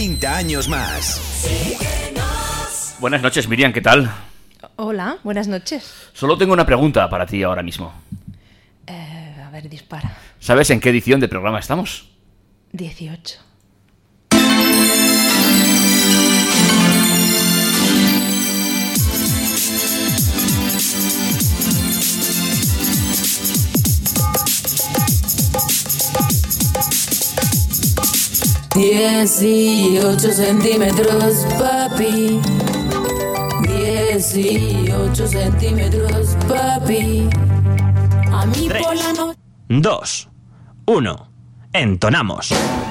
30 años más. Buenas noches, Miriam, ¿qué tal? Hola, buenas noches. Solo tengo una pregunta para ti ahora mismo. A ver, dispara. ¿Sabes en qué edición de programa estamos? 18. Dieciocho centímetros, papi. 18 centímetros, papi. A mí 3, por la noche. 2, 1. Entonamos.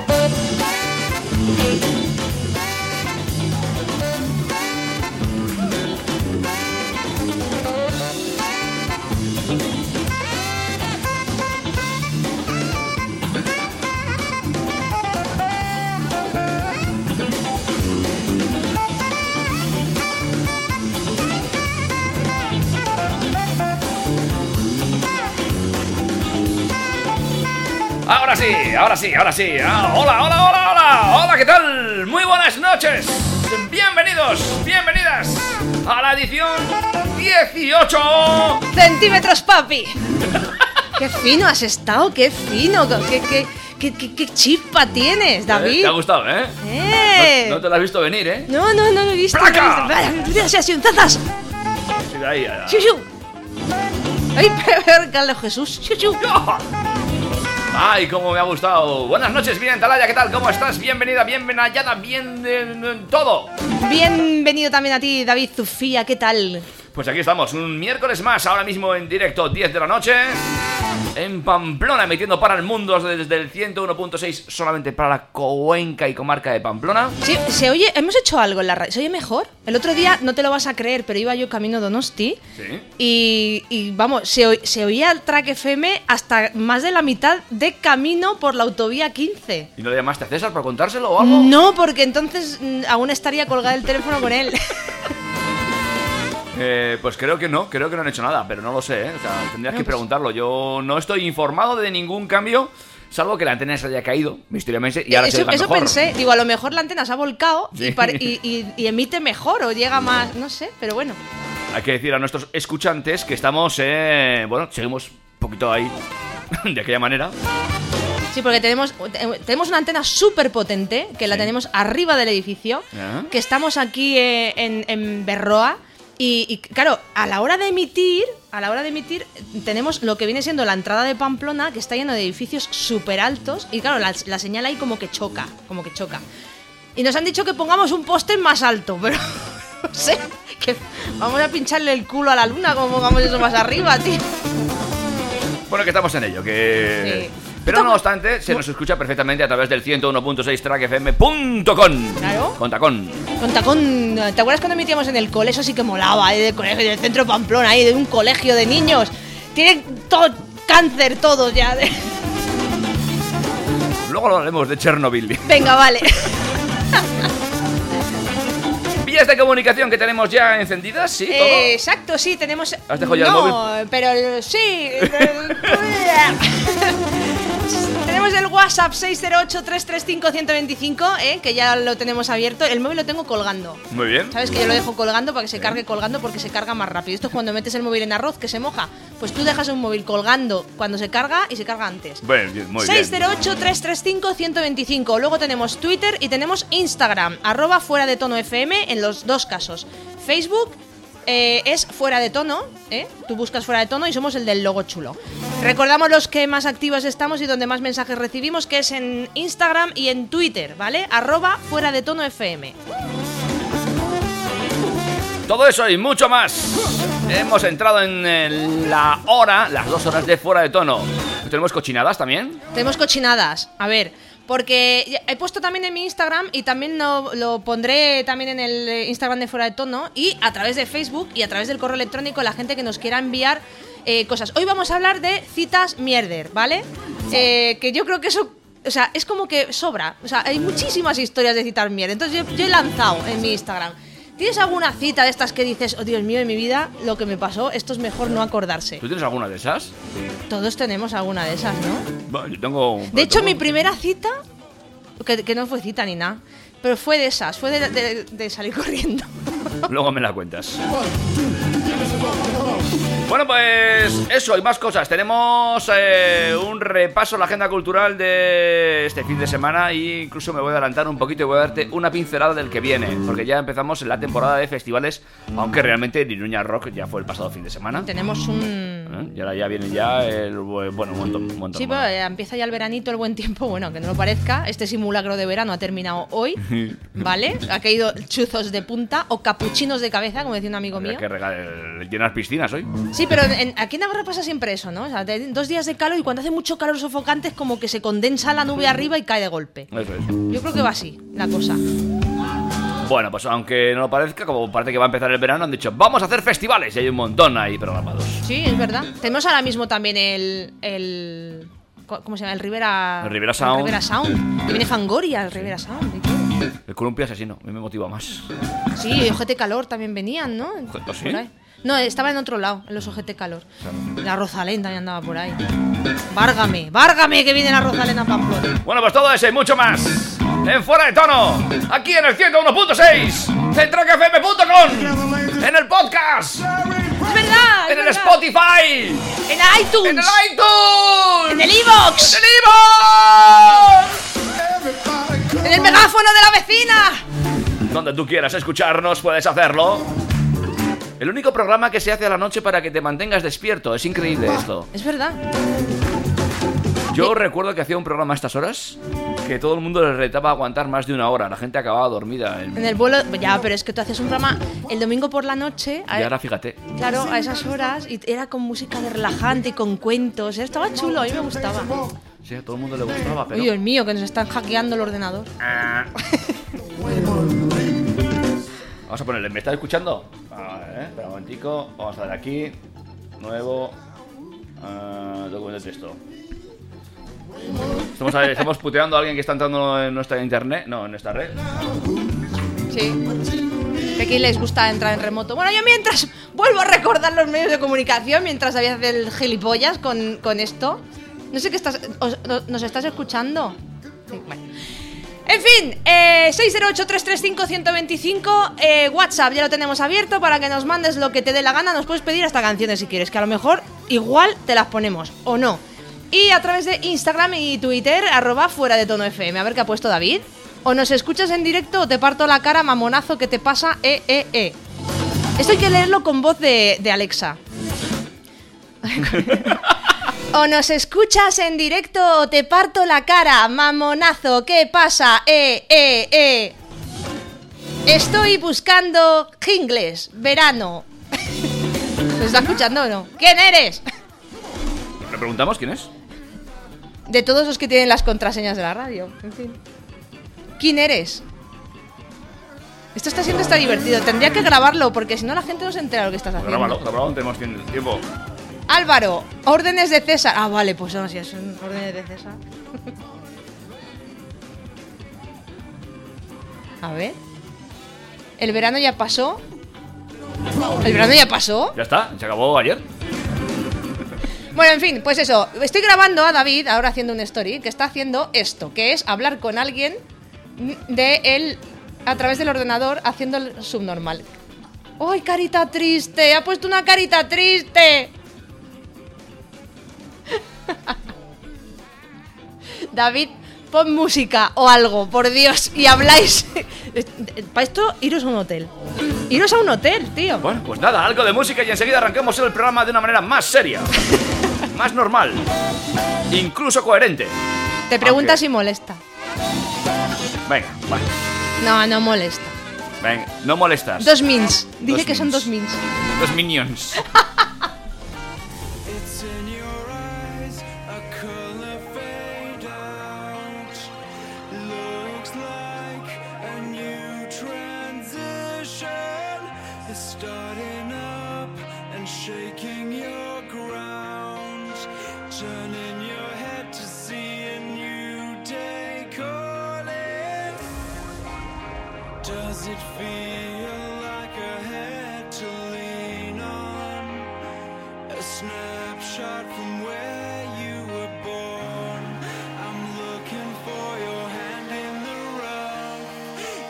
Ahora sí. Hola, ¿qué tal? Muy buenas noches. Bienvenidas a la edición 18 ¡Centímetros, papi! ¡Qué fino has estado! ¡Qué fino! ¡Qué chispa tienes, David! ¿Te ha gustado, No te lo has visto venir, ¿eh? No lo he visto. ¡Placa! ¡Así, zazas! Sí, de ahí, ¡Xiu, xiu! ¡Ay, Carlos Jesús! ¡Xiu, xiu! ¡Ay, cómo me ha gustado! Buenas noches, Miriam Talaya, ¿qué tal? ¿Cómo estás? Bienvenida, bien hallada, todo. Bienvenido también a ti, David Zufía, ¿qué tal? Pues aquí estamos, un miércoles más, ahora mismo en directo, 10 de la noche, en Pamplona, emitiendo para el mundo desde el 101.6, solamente para la Cuenca y comarca de Pamplona. Sí, se oye, hemos hecho algo en la radio, ¿se oye mejor? El otro día, no te lo vas a creer, pero iba yo camino Donosti. Sí. Y vamos, se oía el Track FM hasta más de la mitad de camino por la autovía 15. ¿Y no le llamaste a César para contárselo o algo? No, porque entonces aún estaría colgado el teléfono con él. Pues creo que no han hecho nada, pero no lo sé, ¿eh? O sea, tendrías que preguntarlo. Yo no estoy informado de ningún cambio, salvo que la antena se haya caído misteriosamente y ahora se oiga eso mejor. pensé, digo, a lo mejor la antena se ha volcado Sí. y emite mejor o llega más, no sé, pero bueno. Hay que decir a nuestros escuchantes que estamos, seguimos un poquito ahí, de aquella manera. Sí, porque tenemos una antena súper potente, que la tenemos arriba del edificio, que estamos aquí en Berroa. Y claro, a la hora de emitir tenemos lo que viene siendo la entrada de Pamplona, que está lleno de edificios súper altos, y claro, la señal ahí como que choca. Y nos han dicho que pongamos un poste más alto, pero no sé, que vamos a pincharle el culo a la luna como pongamos eso más arriba, tío. Bueno, que estamos en ello, que... Sí. Pero no obstante, se nos escucha perfectamente a través del 101.6 trackfm.com. Claro. Con tacón. Con tacón. ¿Te acuerdas cuando emitíamos en el cole? Eso sí que molaba, del colegio, del centro de Pamplona, ahí, de un colegio de niños. Tienen todo cáncer, todos ya. Luego lo haremos de Chernobyl. Venga, vale. Vías de comunicación que tenemos ya encendidas, ¿sí? ¿Todo? Exacto, sí, tenemos... ¿Has dejado ya el móvil? Pero sí. Tenemos el WhatsApp 608-335-125, que ya lo tenemos abierto. El móvil lo tengo colgando. Muy bien. ¿Sabes? Que yo lo dejo colgando para que se cargue colgando, porque se carga más rápido. Esto es cuando metes el móvil en arroz, que se moja. Pues tú dejas un móvil colgando cuando se carga y se carga antes. Bueno, muy bien. 608-335-125. Luego tenemos Twitter y tenemos Instagram, @fuera de tono FM en los dos casos. Facebook es Fuera de Tono, tú buscas Fuera de Tono y somos el del logo chulo. Recordamos los que más activos estamos y donde más mensajes recibimos, que es en Instagram y en Twitter, ¿vale? @fuera de tono FM. Todo eso y mucho más. Hemos entrado en las 2 horas de Fuera de Tono. ¿Tenemos cochinadas también? Tenemos cochinadas, a ver, porque he puesto también en mi Instagram y también lo pondré también en el Instagram de Fuera de Tono y a través de Facebook y a través del correo electrónico la gente que nos quiera enviar cosas. Hoy vamos a hablar de citas mierder, ¿vale? Que yo creo que eso, o sea, es como que sobra. O sea, hay muchísimas historias de citas mierder. Entonces yo he lanzado en mi Instagram. ¿Tienes alguna cita de estas que dices, oh Dios mío, en mi vida lo que me pasó, esto es mejor no acordarse? ¿Tú tienes alguna de esas? Todos tenemos alguna de esas, ¿no? Bueno, yo tengo... De hecho, mi primera cita, que no fue cita ni nada, pero fue de esas, fue de salir corriendo. Luego me la cuentas. Bueno, pues eso y más cosas. Tenemos un repaso a la agenda cultural de este fin de semana e incluso me voy a adelantar un poquito y voy a darte una pincelada del que viene, porque ya empezamos en la temporada de festivales, aunque realmente Niruña Rock ya fue el pasado fin de semana. Tenemos un... Y ahora ya viene ya el... Bueno, un montón. Sí, pero empieza ya el veranito, el buen tiempo, bueno, que no lo parezca. Este simulacro de verano ha terminado hoy, ¿vale? Ha caído chuzos de punta o capuchinos de cabeza, como decía un amigo mío. Hay que llenar piscinas hoy. Sí, pero aquí en Navarra pasa siempre eso, ¿no? O sea, 2 días de calor y cuando hace mucho calor sofocante es como que se condensa la nube arriba y cae de golpe. Eso es. Yo creo que va así la cosa. Bueno, pues aunque no lo parezca, como parece que va a empezar el verano, han dicho, vamos a hacer festivales y hay un montón ahí programados. Sí, es verdad. Tenemos ahora mismo también el ¿cómo se llama? El Rivera Sound. El Rivera Sound. Que viene Fangoria, el Rivera Sound y todo. El columpio asesino, a mí me motiva más. Sí, Ojete Calor también venían, ¿no? ¿Sí? Por ahí. No, estaba en otro lado, en los Ojete Calor. La Rosalén también andaba por ahí. Várgame, que viene la Rosalén a Pamplona. Bueno, pues todo eso y mucho más en Fuera de Tono, aquí en el 101.6, centrocfm.com, en el podcast, Es verdad. en el verdad. Spotify, En iTunes. en el iTunes, En el iVoox. en el iVoox. En el megáfono de la vecina. Donde tú quieras escucharnos puedes hacerlo. El único programa que se hace a la noche para que te mantengas despierto. Es increíble esto. Es verdad. Yo recuerdo que hacía un programa a estas horas que todo el mundo le retaba aguantar más de 1 hora. La gente acababa dormida. En el vuelo, ya, pero es que tú hacías un programa el domingo por la noche. Y ahora fíjate. Claro, a esas horas. Y era con música de relajante y con cuentos. Estaba chulo, a mí me gustaba. Sí, a todo el mundo le gustaba, pero... Uy, Dios mío, que nos están hackeando el ordenador. Vamos a ponerle, ¿me estás escuchando? A ver, espera un momentico. Vamos a ver aquí. Nuevo. Documento de texto. Estamos puteando a alguien que está entrando en nuestra internet. No, en nuestra red. Sí. Que aquí les gusta entrar en remoto. Bueno, yo mientras vuelvo a recordar los medios de comunicación, mientras había hacer el gilipollas con esto. No sé qué estás... ¿Nos estás escuchando? Sí, bueno. En fin, 608-335-125, WhatsApp ya lo tenemos abierto para que nos mandes lo que te dé la gana. Nos puedes pedir hasta canciones si quieres, que a lo mejor igual te las ponemos, o no. Y a través de Instagram y Twitter, @fuera de tono FM. A ver qué ha puesto David. O nos escuchas en directo o te parto la cara, mamonazo, ¿qué te pasa? Esto hay que leerlo con voz de Alexa. O nos escuchas en directo o te parto la cara, mamonazo, ¿qué pasa? Estoy buscando jingles, verano. ¿Se está escuchando o no? ¿Quién eres? ¿Le preguntamos quién es? De todos los que tienen las contraseñas de la radio, en fin. ¿Quién eres? Esto está siendo divertido. Tendría que grabarlo porque si no la gente no se entera de lo que estás haciendo. Grábalo, tenemos tiempo. Álvaro, órdenes de César. Ah, vale, pues no, si son órdenes de César. A ver. ¿El verano ya pasó? ¿El verano ya pasó? Ya está, se acabó ayer. Bueno, en fin, pues eso. Estoy grabando a David, ahora haciendo un story, que está haciendo esto, que es hablar con alguien de él a través del ordenador haciendo el subnormal. ¡Ay, carita triste! ¡Ha puesto una carita triste! David, pon música o algo, por Dios, y habláis. Para esto, iros a un hotel. Iros a un hotel, tío. Bueno, pues nada, algo de música y enseguida arrancamos el programa de una manera más seria, más normal, incluso coherente. Te preguntas si molesta. Venga, vale. No molesta. Venga, no molestas. 2 mins. Dice Dos que son mins. 2 mins. 2 minions. Does it feel like I had to lean on a snapshot from where you were born? I'm looking for your hand in the rough.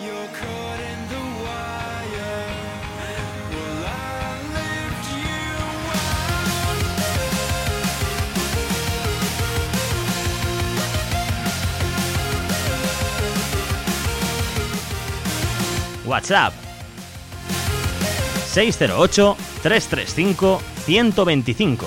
WhatsApp 608 335 125.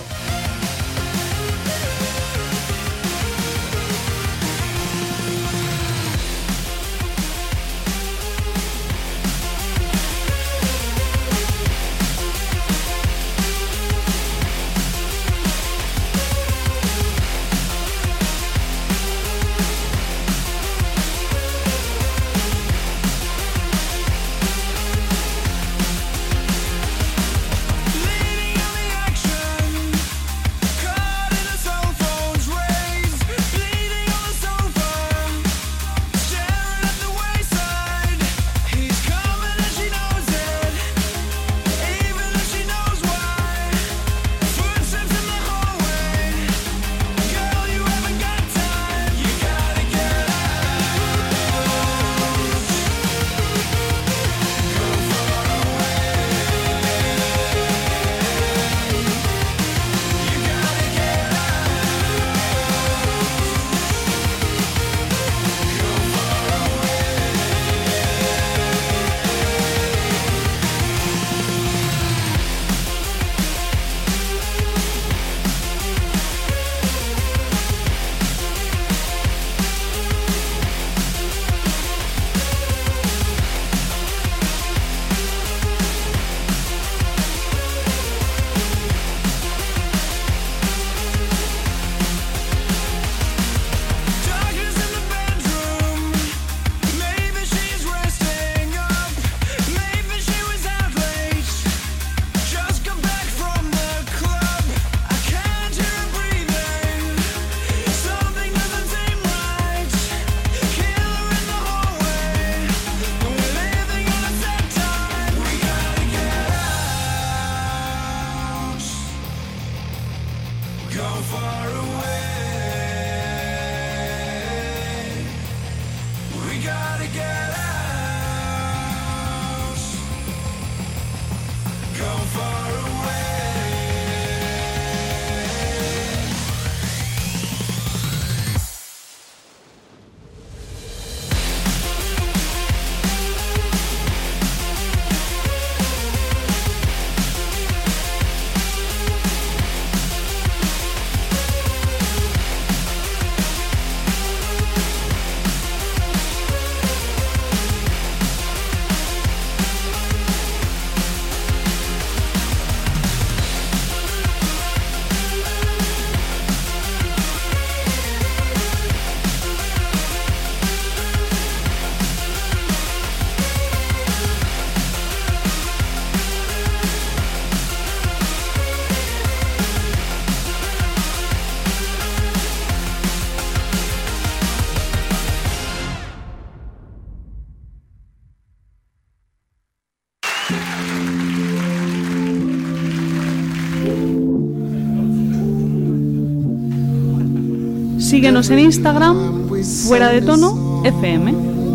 Síguenos en Instagram, Fuera de Tono FM.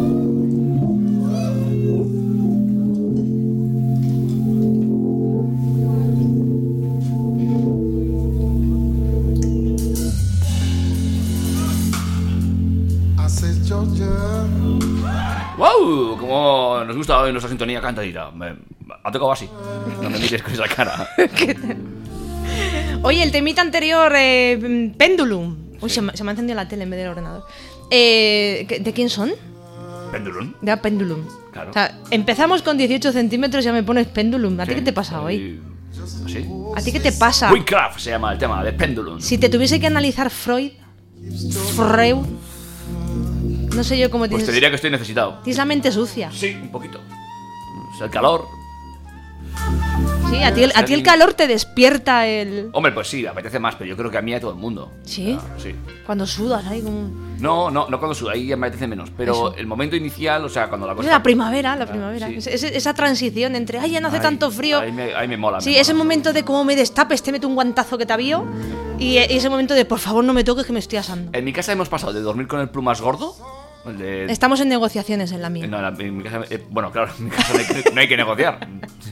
¡Wow! Como nos gusta hoy nuestra sintonía cantadita. Ha tocado así. No me mires con esa cara. Oye, el temita anterior, Pendulum. Uy, se me ha encendido la tele en vez del ordenador. ¿De quién son? ¿Pendulum? De Pendulum. Claro. O sea, empezamos con 18 centímetros y ya me pones Pendulum. ¿A ti qué te pasa hoy? ¿Sí? ¿A ti qué te pasa? Witchcraft se llama el tema, de Pendulum. Si te tuviese que analizar Freud, no sé yo cómo tienes... Pues te diría que estoy necesitado. Tienes la mente sucia. Sí, un poquito. O sea, el calor. Sí, a ti el calor te despierta el... Hombre, pues sí, apetece más, pero yo creo que a mí y a todo el mundo. ¿Sí? Sí. Cuando sudas ahí como... No cuando suda, ahí ya me apetece menos. Pero Eso. el momento inicial, o sea, cuando la cosa... La primavera. Sí. Esa transición entre, ay, ya no hace tanto frío. Ahí me mola. Sí, ese momento de cómo me destapes, te meto un guantazo que te avío. Y ese momento de, por favor, no me toques que me estoy asando. En mi casa hemos pasado de dormir con el plumas gordo... Estamos en negociaciones en la mía. No, en mi casa... bueno, claro, en mi casa no hay que negociar.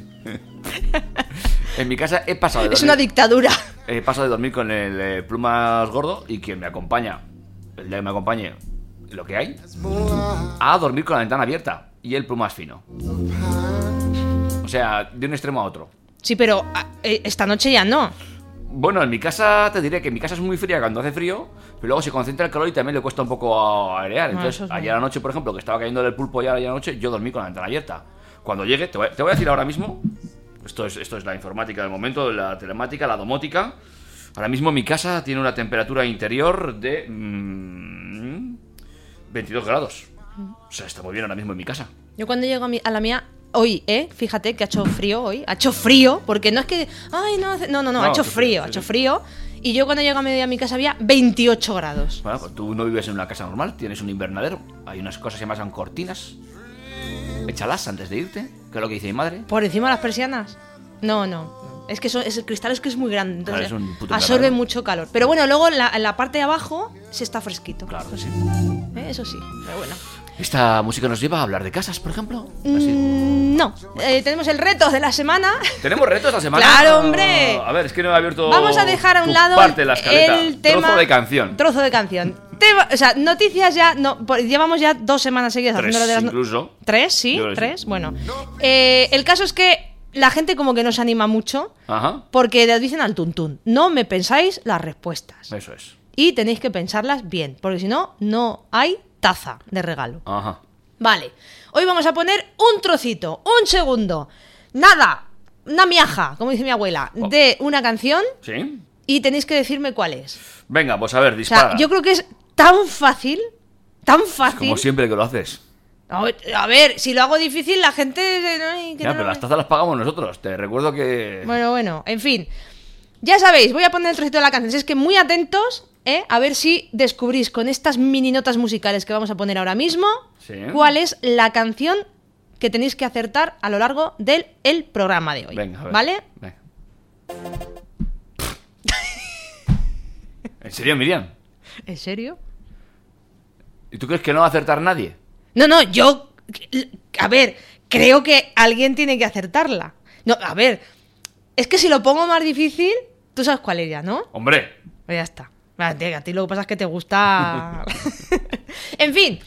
En mi casa he pasado de dormir... Es una dictadura. He pasado de dormir con el plumas gordo y quien me acompaña, el día que me acompañe, lo que hay, a dormir con la ventana abierta. y el más fino. O sea, de un extremo a otro. Sí, pero esta noche ya no. Bueno, en mi casa te diré que mi casa es muy fría cuando hace frío, pero luego se concentra el calor y también le cuesta un poco airear. Entonces, ayer anoche, por ejemplo, que estaba cayendo el pulpo ya ayer anoche, yo dormí con la ventana abierta. Cuando llegue, te voy a decir ahora mismo, esto es la informática del momento, la telemática, la domótica. Ahora mismo mi casa tiene una temperatura interior de 22 grados. O sea, está muy bien ahora mismo en mi casa. Yo cuando llego a la mía, hoy, fíjate que ha hecho frío hoy. Ha hecho frío, porque no es que... Ay, no, ha hecho frío, ha hecho frío. Y yo cuando llego a mediodía a mi casa había 28 grados. Bueno, pues tú no vives en una casa normal, tienes un invernadero. Hay unas cosas que se llaman cortinas. Échalas antes de irte, que es lo que dice mi madre. ¿Por encima de las persianas? No. Es que el cristal es muy grande, entonces Claro, es un puto absorbe invernadero. mucho calor. Pero bueno, luego en la parte de abajo se está fresquito. Claro, sí. Eso sí, pero bueno. ¿Esta música nos lleva a hablar de casas, por ejemplo? Así. No, tenemos el reto de la semana. ¿Tenemos retos esta semana? ¡Claro, hombre! A ver, es que no he abierto. Vamos a dejar a un tu lado parte de la escaleta. el tema... Trozo de canción. Trozo de canción. O sea, noticias ya... No, llevamos ya 2 semanas seguidas 3 haciéndolo de las... incluso. 3, sí, Yo creo que 3. sí. Bueno, el caso es que la gente como que no se anima mucho Ajá. porque le dicen al tuntún. No me pensáis las respuestas. Eso es. Y tenéis que pensarlas bien, porque si no, no hay taza de regalo. Ajá. Vale, hoy vamos a poner un trocito, un segundo, nada, una miaja, como dice mi abuela, de una canción ¿Sí? y tenéis que decirme cuál es. Venga, pues a ver, O dispara. sea, yo creo que es tan fácil, tan fácil. Como siempre que lo haces. A ver, si lo hago difícil, la gente... ay, que Ya, no pero lo- las tazas las pagamos nosotros. Te recuerdo que. Bueno, en fin. Ya sabéis, voy a poner el trocito de la canción. Es que muy atentos, a ver si descubrís con estas mini notas musicales que vamos a poner ahora mismo Sí. cuál es la canción que tenéis que acertar a lo largo del el programa de hoy. Venga, a ver. ¿Vale? Venga. ¿En serio, Miriam? ¿En serio? ¿Y tú crees que no va a acertar nadie? No, yo... A ver, creo que alguien tiene que acertarla. No, a ver, es que si lo pongo más difícil, tú sabes cuál es ya, ¿no? Hombre. Pues ya está. A ti lo que pasa es que te gusta... En fin,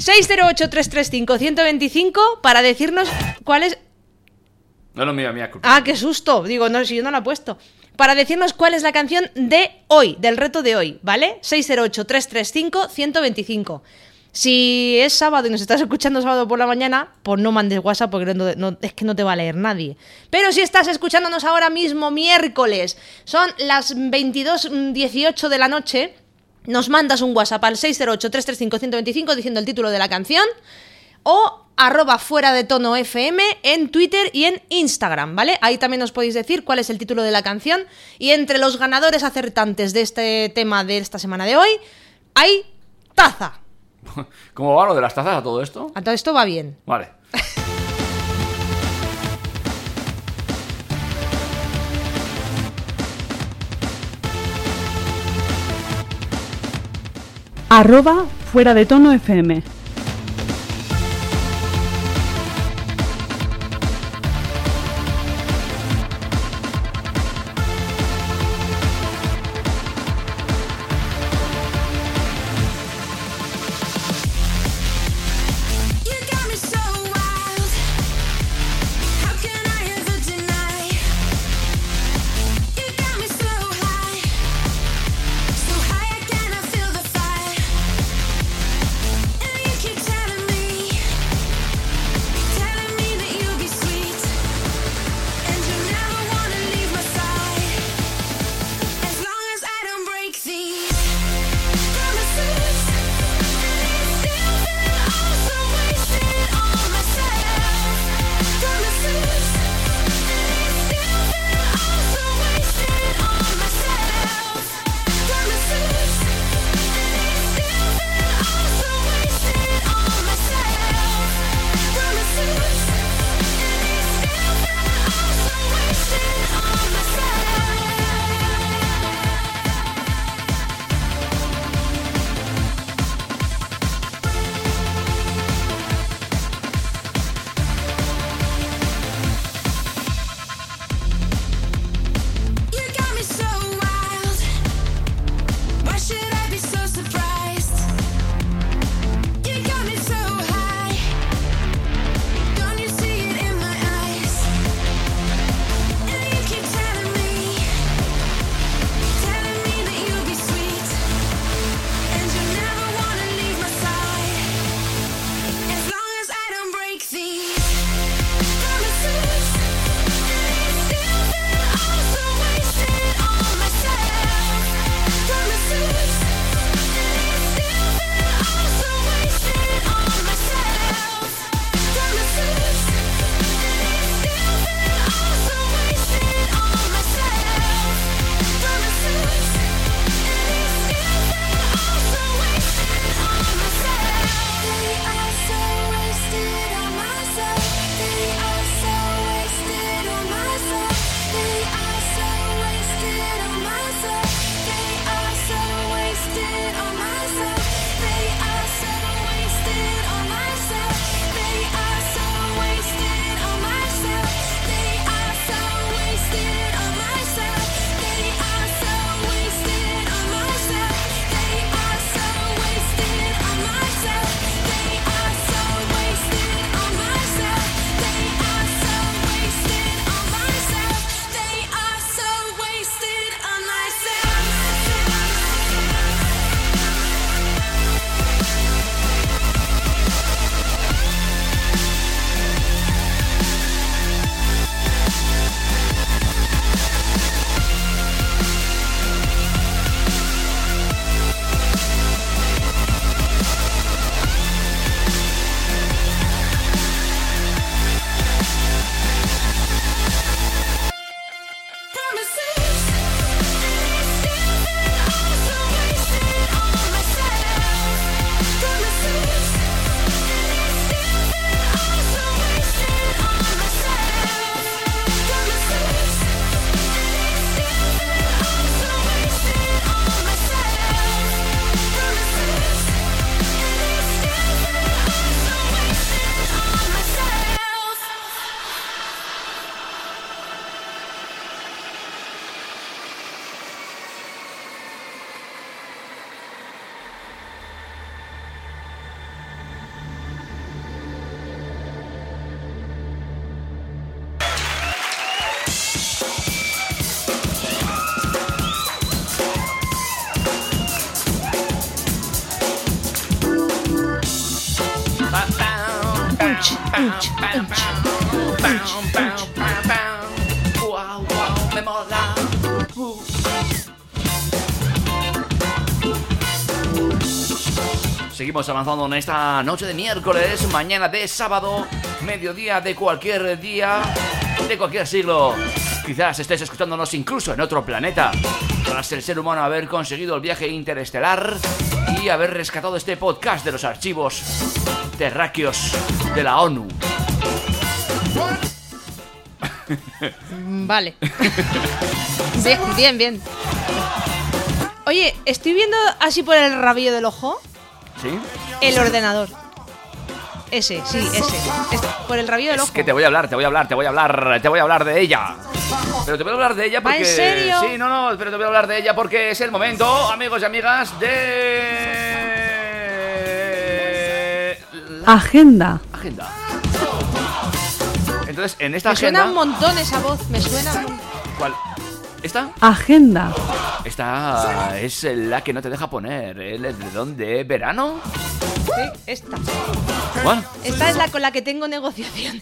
608-335-125 para decirnos cuál es... No, mía, culpa. Ah, qué susto. Digo, no, si yo no la he puesto. Para decirnos cuál es la canción de hoy, del reto de hoy, ¿vale? 608-335-125. Si es sábado y nos estás escuchando sábado por la mañana, pues no mandes WhatsApp porque es que no te va a leer nadie. Pero si estás escuchándonos ahora mismo, miércoles, son las 22:18 de la noche, nos mandas un WhatsApp al 608-335-125 diciendo el título de la canción o @fuera de tono FM en Twitter y en Instagram, ¿vale? Ahí también os podéis decir cuál es el título de la canción y entre los ganadores acertantes de este tema de esta semana de hoy hay taza. ¿Cómo va lo de las tazas a todo esto? A todo esto va bien. Vale. @fuera de tono FM. You got me so wild. How can I ever deny? You got me so high I cannot feel the fire. And you Wow, wow, me mola. Seguimos avanzando en esta noche de miércoles, mañana de sábado, mediodía de cualquier día, de cualquier siglo. Quizás estés escuchándonos incluso en otro planeta, tras el ser humano haber conseguido el viaje interestelar y haber rescatado este podcast de los archivos terráqueos de la ONU. Vale. Bien. Oye, estoy viendo así por el rabillo del ojo ¿Sí? el ordenador. Ese. Por el rabillo del ojo. Es que te voy a hablar de ella. Pero te voy a hablar de ella porque... ¿Va en serio? Sí, no, pero te voy a hablar de ella porque es el momento, amigos y amigas, de... Agenda. Agenda. Entonces, en esta Me agenda... suena un montón esa voz, me suena un montón. ¿Cuál? ¿Esta? Agenda. Esta es la que no te deja poner el edredón de verano. Sí, esta. ¿Cuál? Esta es la con la que tengo negociaciones.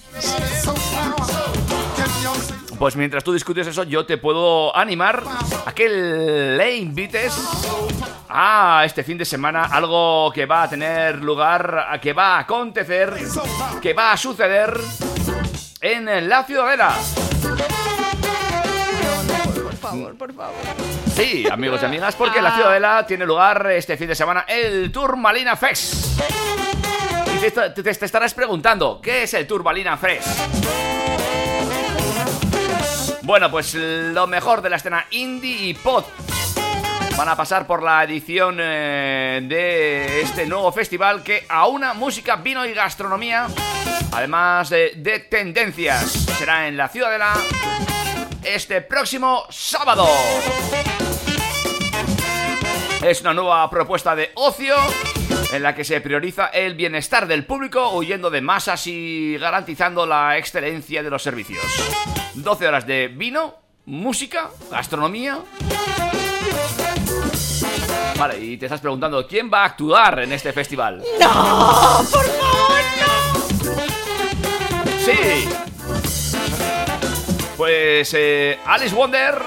Pues mientras tú discutes eso, yo te puedo animar a que le invites a este fin de semana algo que va a tener lugar, que va a acontecer, que va a suceder en la Ciudadela. Por favor. Sí, amigos y amigas, porque en la Ciudadela tiene lugar este fin de semana el Turmalina Fest. Y te estarás preguntando, ¿qué es el Turmalina Fest? Bueno, pues lo mejor de la escena indie y pop van a pasar por la edición de este nuevo festival que aúna música, vino y gastronomía, además de tendencias. Será en la Ciudadela este próximo sábado. Es una nueva propuesta de ocio en la que se prioriza el bienestar del público, huyendo de masas y garantizando la excelencia de los servicios. 12 horas de vino, música, gastronomía. Vale, y te estás preguntando, ¿quién va a actuar en este festival? ¡No! ¡Por favor, no! ¡Sí! Pues Alice Wonder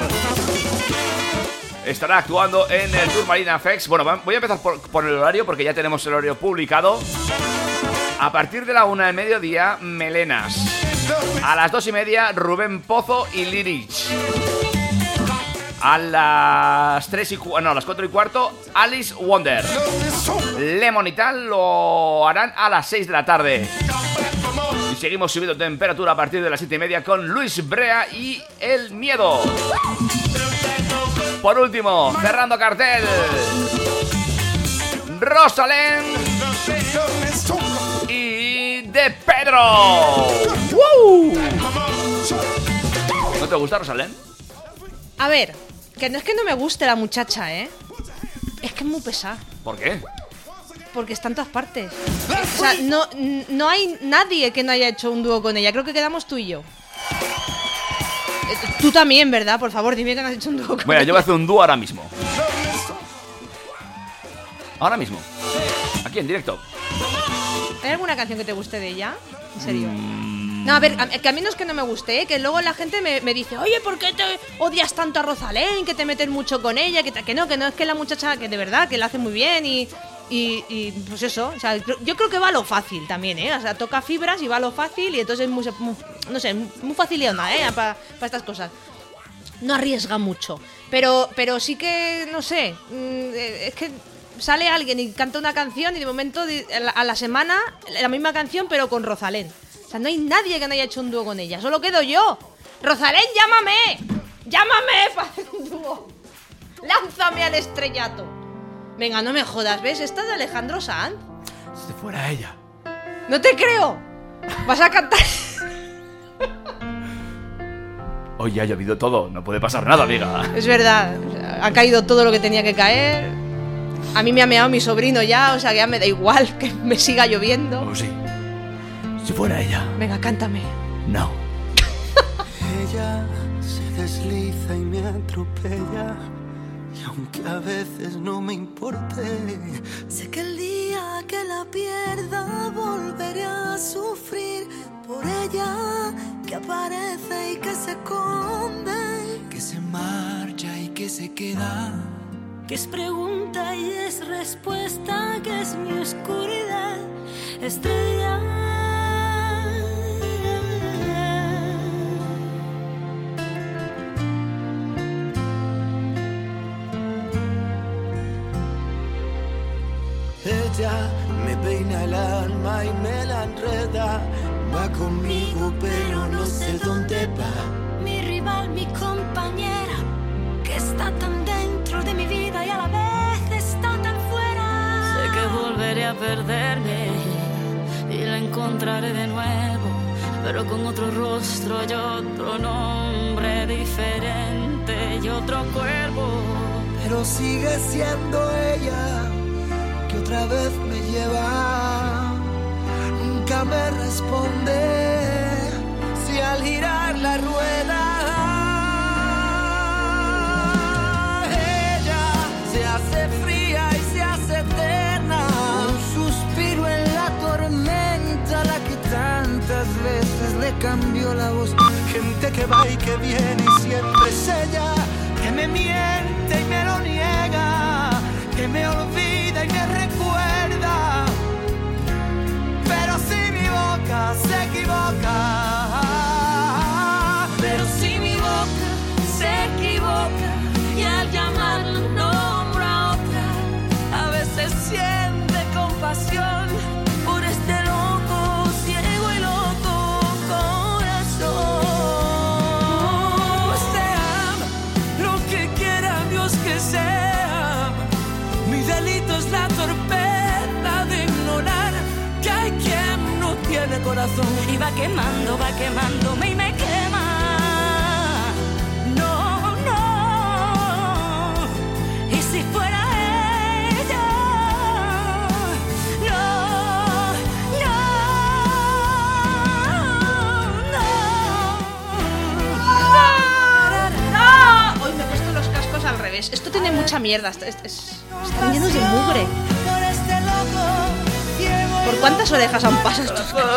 estará actuando en el Turmalina Fest. Bueno, voy a empezar por el horario porque ya tenemos el horario publicado. A partir de la 1 del mediodía, Melenas. A las 2:30, Rubén Pozo y Lirich. A las 4:15, Alice Wonder. Lemon y tal lo harán a las 6 de la tarde. Y seguimos subiendo temperatura a partir de las 7:30 con Luis Brea y El Miedo. Por último, cerrando cartel, Rosalén y De Pedro. ¡Woo! ¿No te gusta Rosalén? A ver, que no es que no me guste la muchacha, ¿eh? Es que es muy pesada. ¿Por qué? Porque está en todas partes. O sea, no hay nadie que no haya hecho un dúo con ella. Creo que quedamos tú y yo. Tú también, ¿verdad? Por favor, dime que no has hecho un dúo con Bueno, ella. yo voy a hacer un dúo ahora mismo. Ahora mismo. Aquí en directo. ¿Hay alguna canción que te guste de ella? En serio. No, a ver, que a mí no es que no me guste, ¿eh? Que luego la gente me dice, oye, ¿por qué te odias tanto a Rosalén? Que te metes mucho con ella, que no, es que la muchacha, que de verdad, que la hace muy bien y pues eso, o sea, yo creo que va a lo fácil también, ¿eh? O sea, toca fibras y va a lo fácil y entonces es muy faciliona, ¿eh? Para estas cosas. No arriesga mucho, pero sí que, no sé, es que sale alguien y canta una canción y de momento a la semana la misma canción pero con Rosalén. O sea, no hay nadie que no haya hecho un dúo con ella, solo quedo yo. Rosalén, llámame para hacer un dúo. Lánzame al estrellato. Venga, no me jodas, ¿ves? Esta es de Alejandro Sanz. Si fuera ella. No te creo. Vas a cantar. Hoy ya ha llovido todo, no puede pasar nada, amiga. Es verdad, ha caído todo lo que tenía que caer. A mí me ha meado mi sobrino ya, o sea que ya me da igual que me siga lloviendo. Oh, sí. Si fuera ella. Venga, cántame. No. Ella se desliza y me atropella. Y aunque a veces no me importe, Sé que el día día que la pierda volveré a sufrir por ella que aparece y que se esconde, Que se marcha y que se queda. que es pregunta y es respuesta, que es mi oscuridad, estrella. Ella me peina el alma y me la enreda. Va conmigo pero no sé dónde va. Mi rival, mi compañera, que está tan dentro de mi vida y a la vez está tan fuera. Sé que volveré a perderme y la encontraré de nuevo, pero con otro rostro y otro nombre diferente y otro cuerpo. Pero sigue siendo ella que otra vez me lleva. Nunca me responde si al girar la rueda ella se hace fría y se hace eterna. Un suspiro en la tormenta, la que tantas veces le cambió la voz. Gente que va y que viene y siempre es ella, que me miente y me lo niega, que me olvida y me recuerda. Pero si mi boca se equivoca, Pero si mi boca se equivoca y al llamarla nombra a otra, a veces siente compasión por este loco, ciego y loco corazón. Sea lo que quiera Dios que sea, mi delito es la torpeza de ignorar que hay quien no tiene corazón. Y va quemándome y me quema. No, no. Y si fuera ella, no, ¡No! Hoy me he puesto los cascos al revés. Esto tiene mucha mierda. Están llenos de mugre. por este loco, ciego y ¿Por cuántas orejas han pasado estos cascos?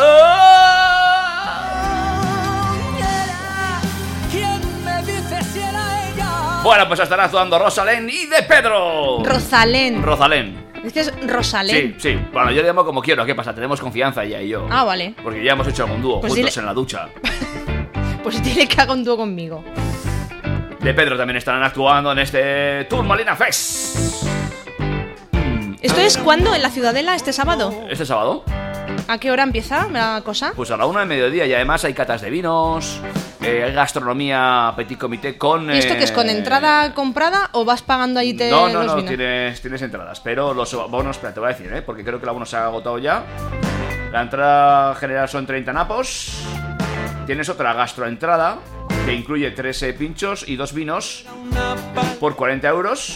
¿quién me dice si era ella? Bueno, pues estará actuando Rosalén y De Pedro. Rosalén. Rosalén. Dices Rosalén. Sí, sí. Bueno, yo le llamo como quiero. ¿Qué pasa? Tenemos confianza ella y yo. Ah, vale. Porque ya hemos hecho algún dúo Pues juntos dile- en la ducha. Pues dile que haga un dúo conmigo. De Pedro también estarán actuando en este Turmalina Fest. ¿Esto es cuándo? ¿En la Ciudadela este sábado? Este sábado, ¿A qué hora empieza la cosa? pues a la 1 del mediodía. Y además hay catas de vinos, hay gastronomía petit comité con... ¿Y esto qué es? ¿Con entrada comprada o vas pagando ahí No, los vinos? tienes entradas. Pero los bonos, espera, te voy a decir, porque creo que el abono se ha agotado ya. La entrada general son 30 napos. Tienes otra gastroentrada que incluye 3 pinchos y 2 vinos por 40 euros.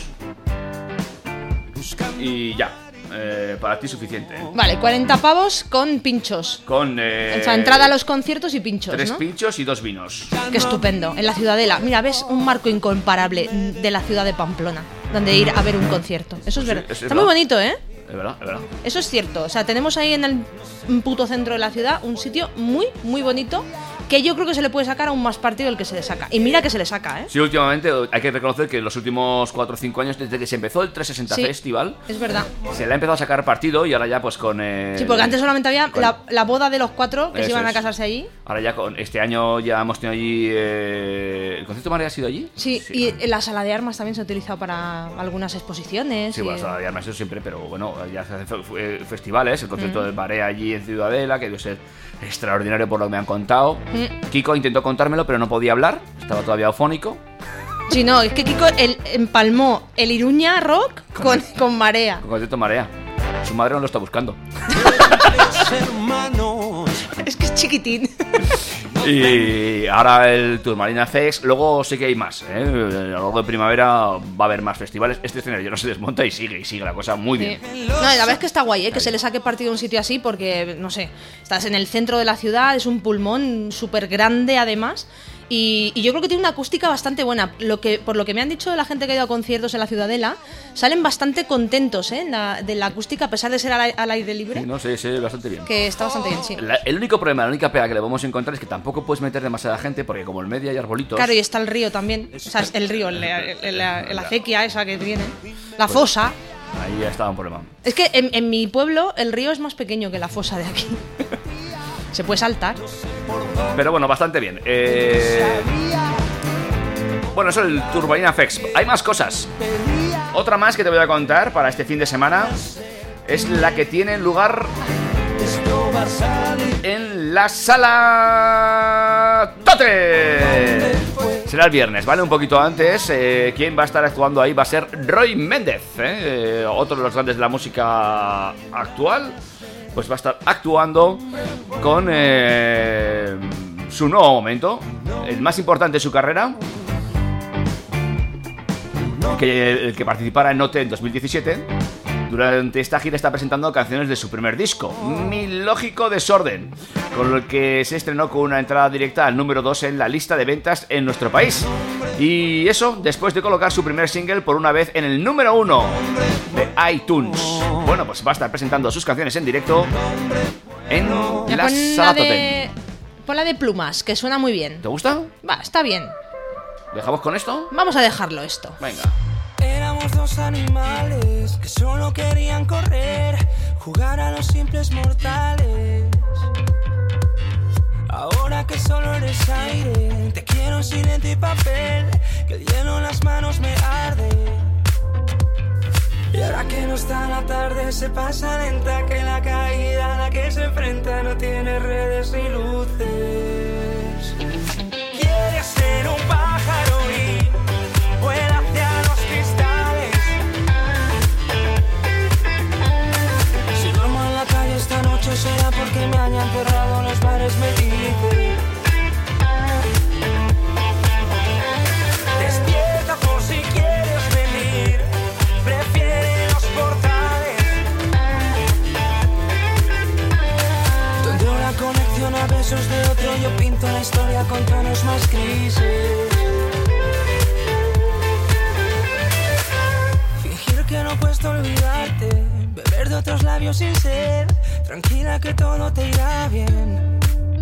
Y ya, para ti suficiente. Vale, 40 pavos con pinchos. Con O sea, entrada a los conciertos y pinchos, 3 ¿no? pinchos y 2 vinos. Qué estupendo. En la Ciudadela. Mira, ves un marco incomparable de la ciudad de Pamplona, donde ir a ver un concierto. Eso es Sí, verdad. es Está muy verdad. bonito, ¿eh? Es verdad, es verdad. Eso es cierto. O sea, tenemos ahí en el puto centro de la ciudad un sitio muy, muy bonito que yo creo que se le puede sacar aún más partido del que se le saca. Y mira que se le saca, ¿eh? Sí, últimamente hay que reconocer que en los últimos 4 o 5 años, desde que se empezó el 360 Sí. Festival, Es verdad. se le ha empezado a sacar partido y ahora ya pues con... Sí, porque antes solamente había con- la boda de los 4 que se Eso iban a es. casarse allí. Ahora ya con este año ya hemos tenido allí... ¿El concierto de Marea ha sido allí? Sí, y la sala de armas también se ha utilizado para algunas exposiciones. Sí, y- bueno, sala de armas eso siempre, pero bueno, ya se hacen festivales, el concierto de Marea allí en Ciudadela, que debe ser extraordinario por lo que me han contado. Kiko intentó contármelo, pero no podía hablar, estaba todavía afónico. Sí, no, es que Kiko empalmó el Iruña Rock con Marea. Con concierto Marea. Su madre no lo está buscando. hermanos. Es que es chiquitín. Y ahora el Turmalina Fest. Luego sí que hay más, ¿eh? A lo largo de primavera va a haber más festivales. Este escenario no se desmonta y sigue la cosa muy Sí. bien. No, la verdad es que está guay, ¿eh? Que se le saque partido a un sitio así porque, no sé, estás en el centro de la ciudad, es un pulmón súper grande además Y yo creo que tiene una acústica bastante buena. Por lo que me han dicho de la gente que ha ido a conciertos en la Ciudadela, salen bastante contentos de la acústica, a pesar de ser al aire libre. Sí, no, sí, bastante bien. Que está bastante bien, sí. El único problema, la única pega que le vamos a encontrar es que tampoco puedes meter demasiada gente, porque como en medio hay arbolitos... Claro, y está el río también. O sea, el río, la acequia esa que tiene. La fosa. Ahí ya estaba un problema. Es que en mi pueblo el río es más pequeño que la fosa de aquí. Se puede saltar. Pero bueno, bastante bien. Bueno, eso es el Turbalina Fex. Hay más cosas. Otra más que te voy a contar para este fin de semana es la que tiene lugar en la Sala Tote. Será el viernes, ¿vale? Un poquito antes. Quien va a estar actuando ahí va a ser Roy Méndez, otro de los grandes de la música actual. Pues va a estar actuando con su nuevo momento, el más importante de su carrera, el que participará en Note en 2017. Durante esta gira está presentando canciones de su primer disco, Mi Lógico Desorden, con el que se estrenó con una entrada directa al número 2 en la lista de ventas en nuestro país. Y eso después de colocar su primer single por una vez en el número 1 de iTunes. Bueno, pues va a estar presentando sus canciones en directo en la Sala Totem. Pon la de Plumas, que suena muy bien. ¿Te gusta? Va, está bien. ¿Dejamos con esto? Vamos a dejarlo esto. Venga. Éramos dos animales que solo querían correr, jugar a los simples mortales. Ahora que solo eres aire, te quiero sin lente y papel, que el hielo en las manos me arde. Y ahora que no está la tarde, se pasa lenta, que la caída a la que se enfrenta no tiene redes ni luces. Quieres ser un pájaro y vuela hacia los cristales. Si duermo en la calle esta noche será porque me hayan cerrado los bares, me dicen. Despierta por si quieres venir, prefiere los portales, donde una conexión a besos de otro, yo pinto la historia con tonos más grises. Fingir que no cuesta olvidarte, beber de otros labios sin ser, tranquila que todo te irá bien.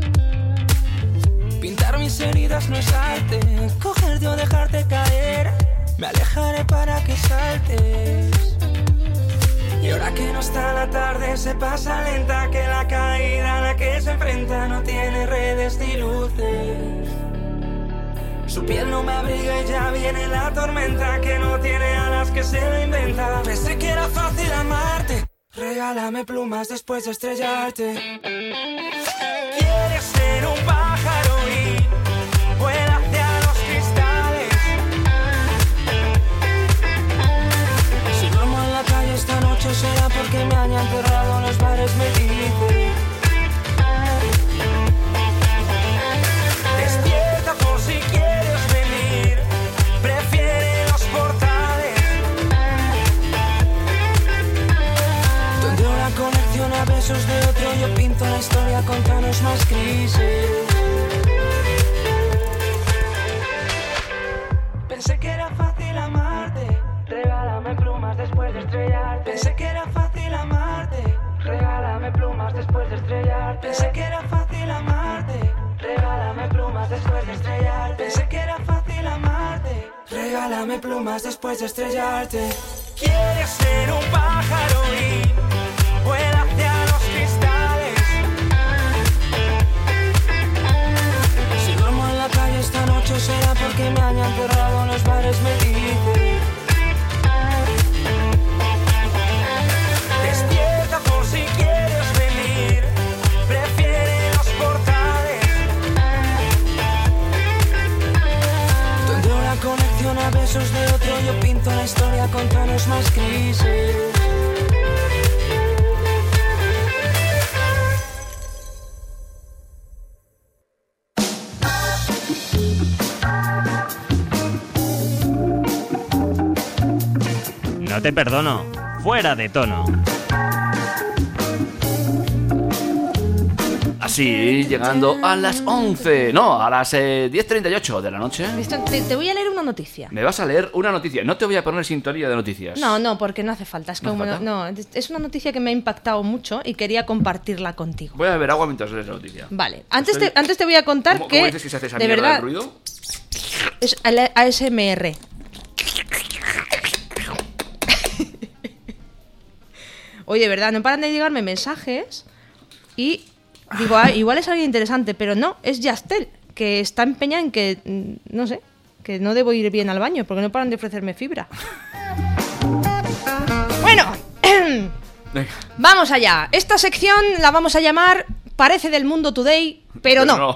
Pintar mis heridas no es arte, cogerte o dejarte caer, me alejaré para que saltes. Y ahora que no está la tarde, se pasa lenta, que la caída a la que se enfrenta no tiene redes ni luces. Su piel no me abriga y ya viene la tormenta, que no tiene alas, que se lo inventa. Pensé que era fácil amarte, regálame plumas después de estrellarte. Quieres ser un pájaro y vuela hacia los cristales. Si duermo en la calle esta noche será porque me hayan cerrado los bares, me dicen. Despierta por si quieres venir, prefiere los portales, donde una conexión a besos de otro, yo pinto la historia con tonos más grises. Pensé que era fácil amarte, regálame plumas después de estrellarte. Pensé que era fácil amarte, regálame plumas después de estrellarte. Pensé que era fácil amarte, regálame plumas después de estrellarte. Pensé que era fácil amarte, regálame plumas después de estrellarte. Quieres ser un pájaro y vuela hacia los cristales. Si duermo en la calle esta noche será porque me hayan cerrado los bares, me dicen. Despierta por si quieres venir, prefiere los portales, donde una conexión a besos de otro, yo pinto la historia con tonos más grises. No te perdono. Fuera de tono. Así, llegando a las 11, no, a las 10:38 de la noche. Te voy a leer una noticia. Me vas a leer una noticia. No te voy a poner sintonía de noticias. No, porque no hace falta. Es que es una noticia que me ha impactado mucho y quería compartirla contigo. Voy a beber agua mientras lees la noticia. Vale, antes te voy a contar ¿Cómo que dices que se hace esa de mierda verdad del ruido? es ASMR. Oye, de verdad, no paran de llegarme mensajes y digo, igual es alguien interesante, pero no, es Yastel, que está empeñada en que, no sé, que no debo ir bien al baño porque no paran de ofrecerme fibra. Bueno, vamos allá. Esta sección la vamos a llamar Parece del Mundo Today, pero no.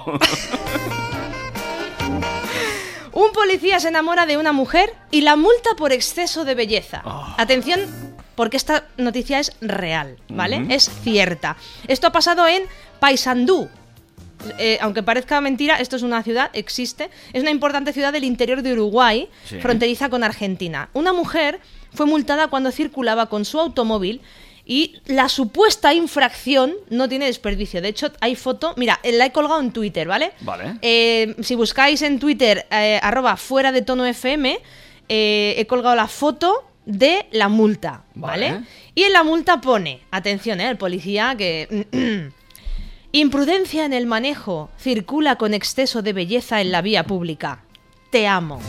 Un policía se enamora de una mujer y la multa por exceso de belleza. Atención, porque esta noticia es real, ¿vale? Es cierta. Esto ha pasado en Paysandú. Aunque parezca mentira, esto es una ciudad, existe. Es una importante ciudad del interior de Uruguay, fronteriza con Argentina. Una mujer fue multada cuando circulaba con su automóvil y la supuesta infracción no tiene desperdicio. De hecho, hay foto, mira, la he colgado en Twitter, ¿vale? Vale. Si buscáis en Twitter, @fuera de tono FM, he colgado la foto de la multa, ¿vale? Y en la multa pone, atención, el policía que... Imprudencia en el manejo, circula con exceso de belleza en la vía pública. Te amo.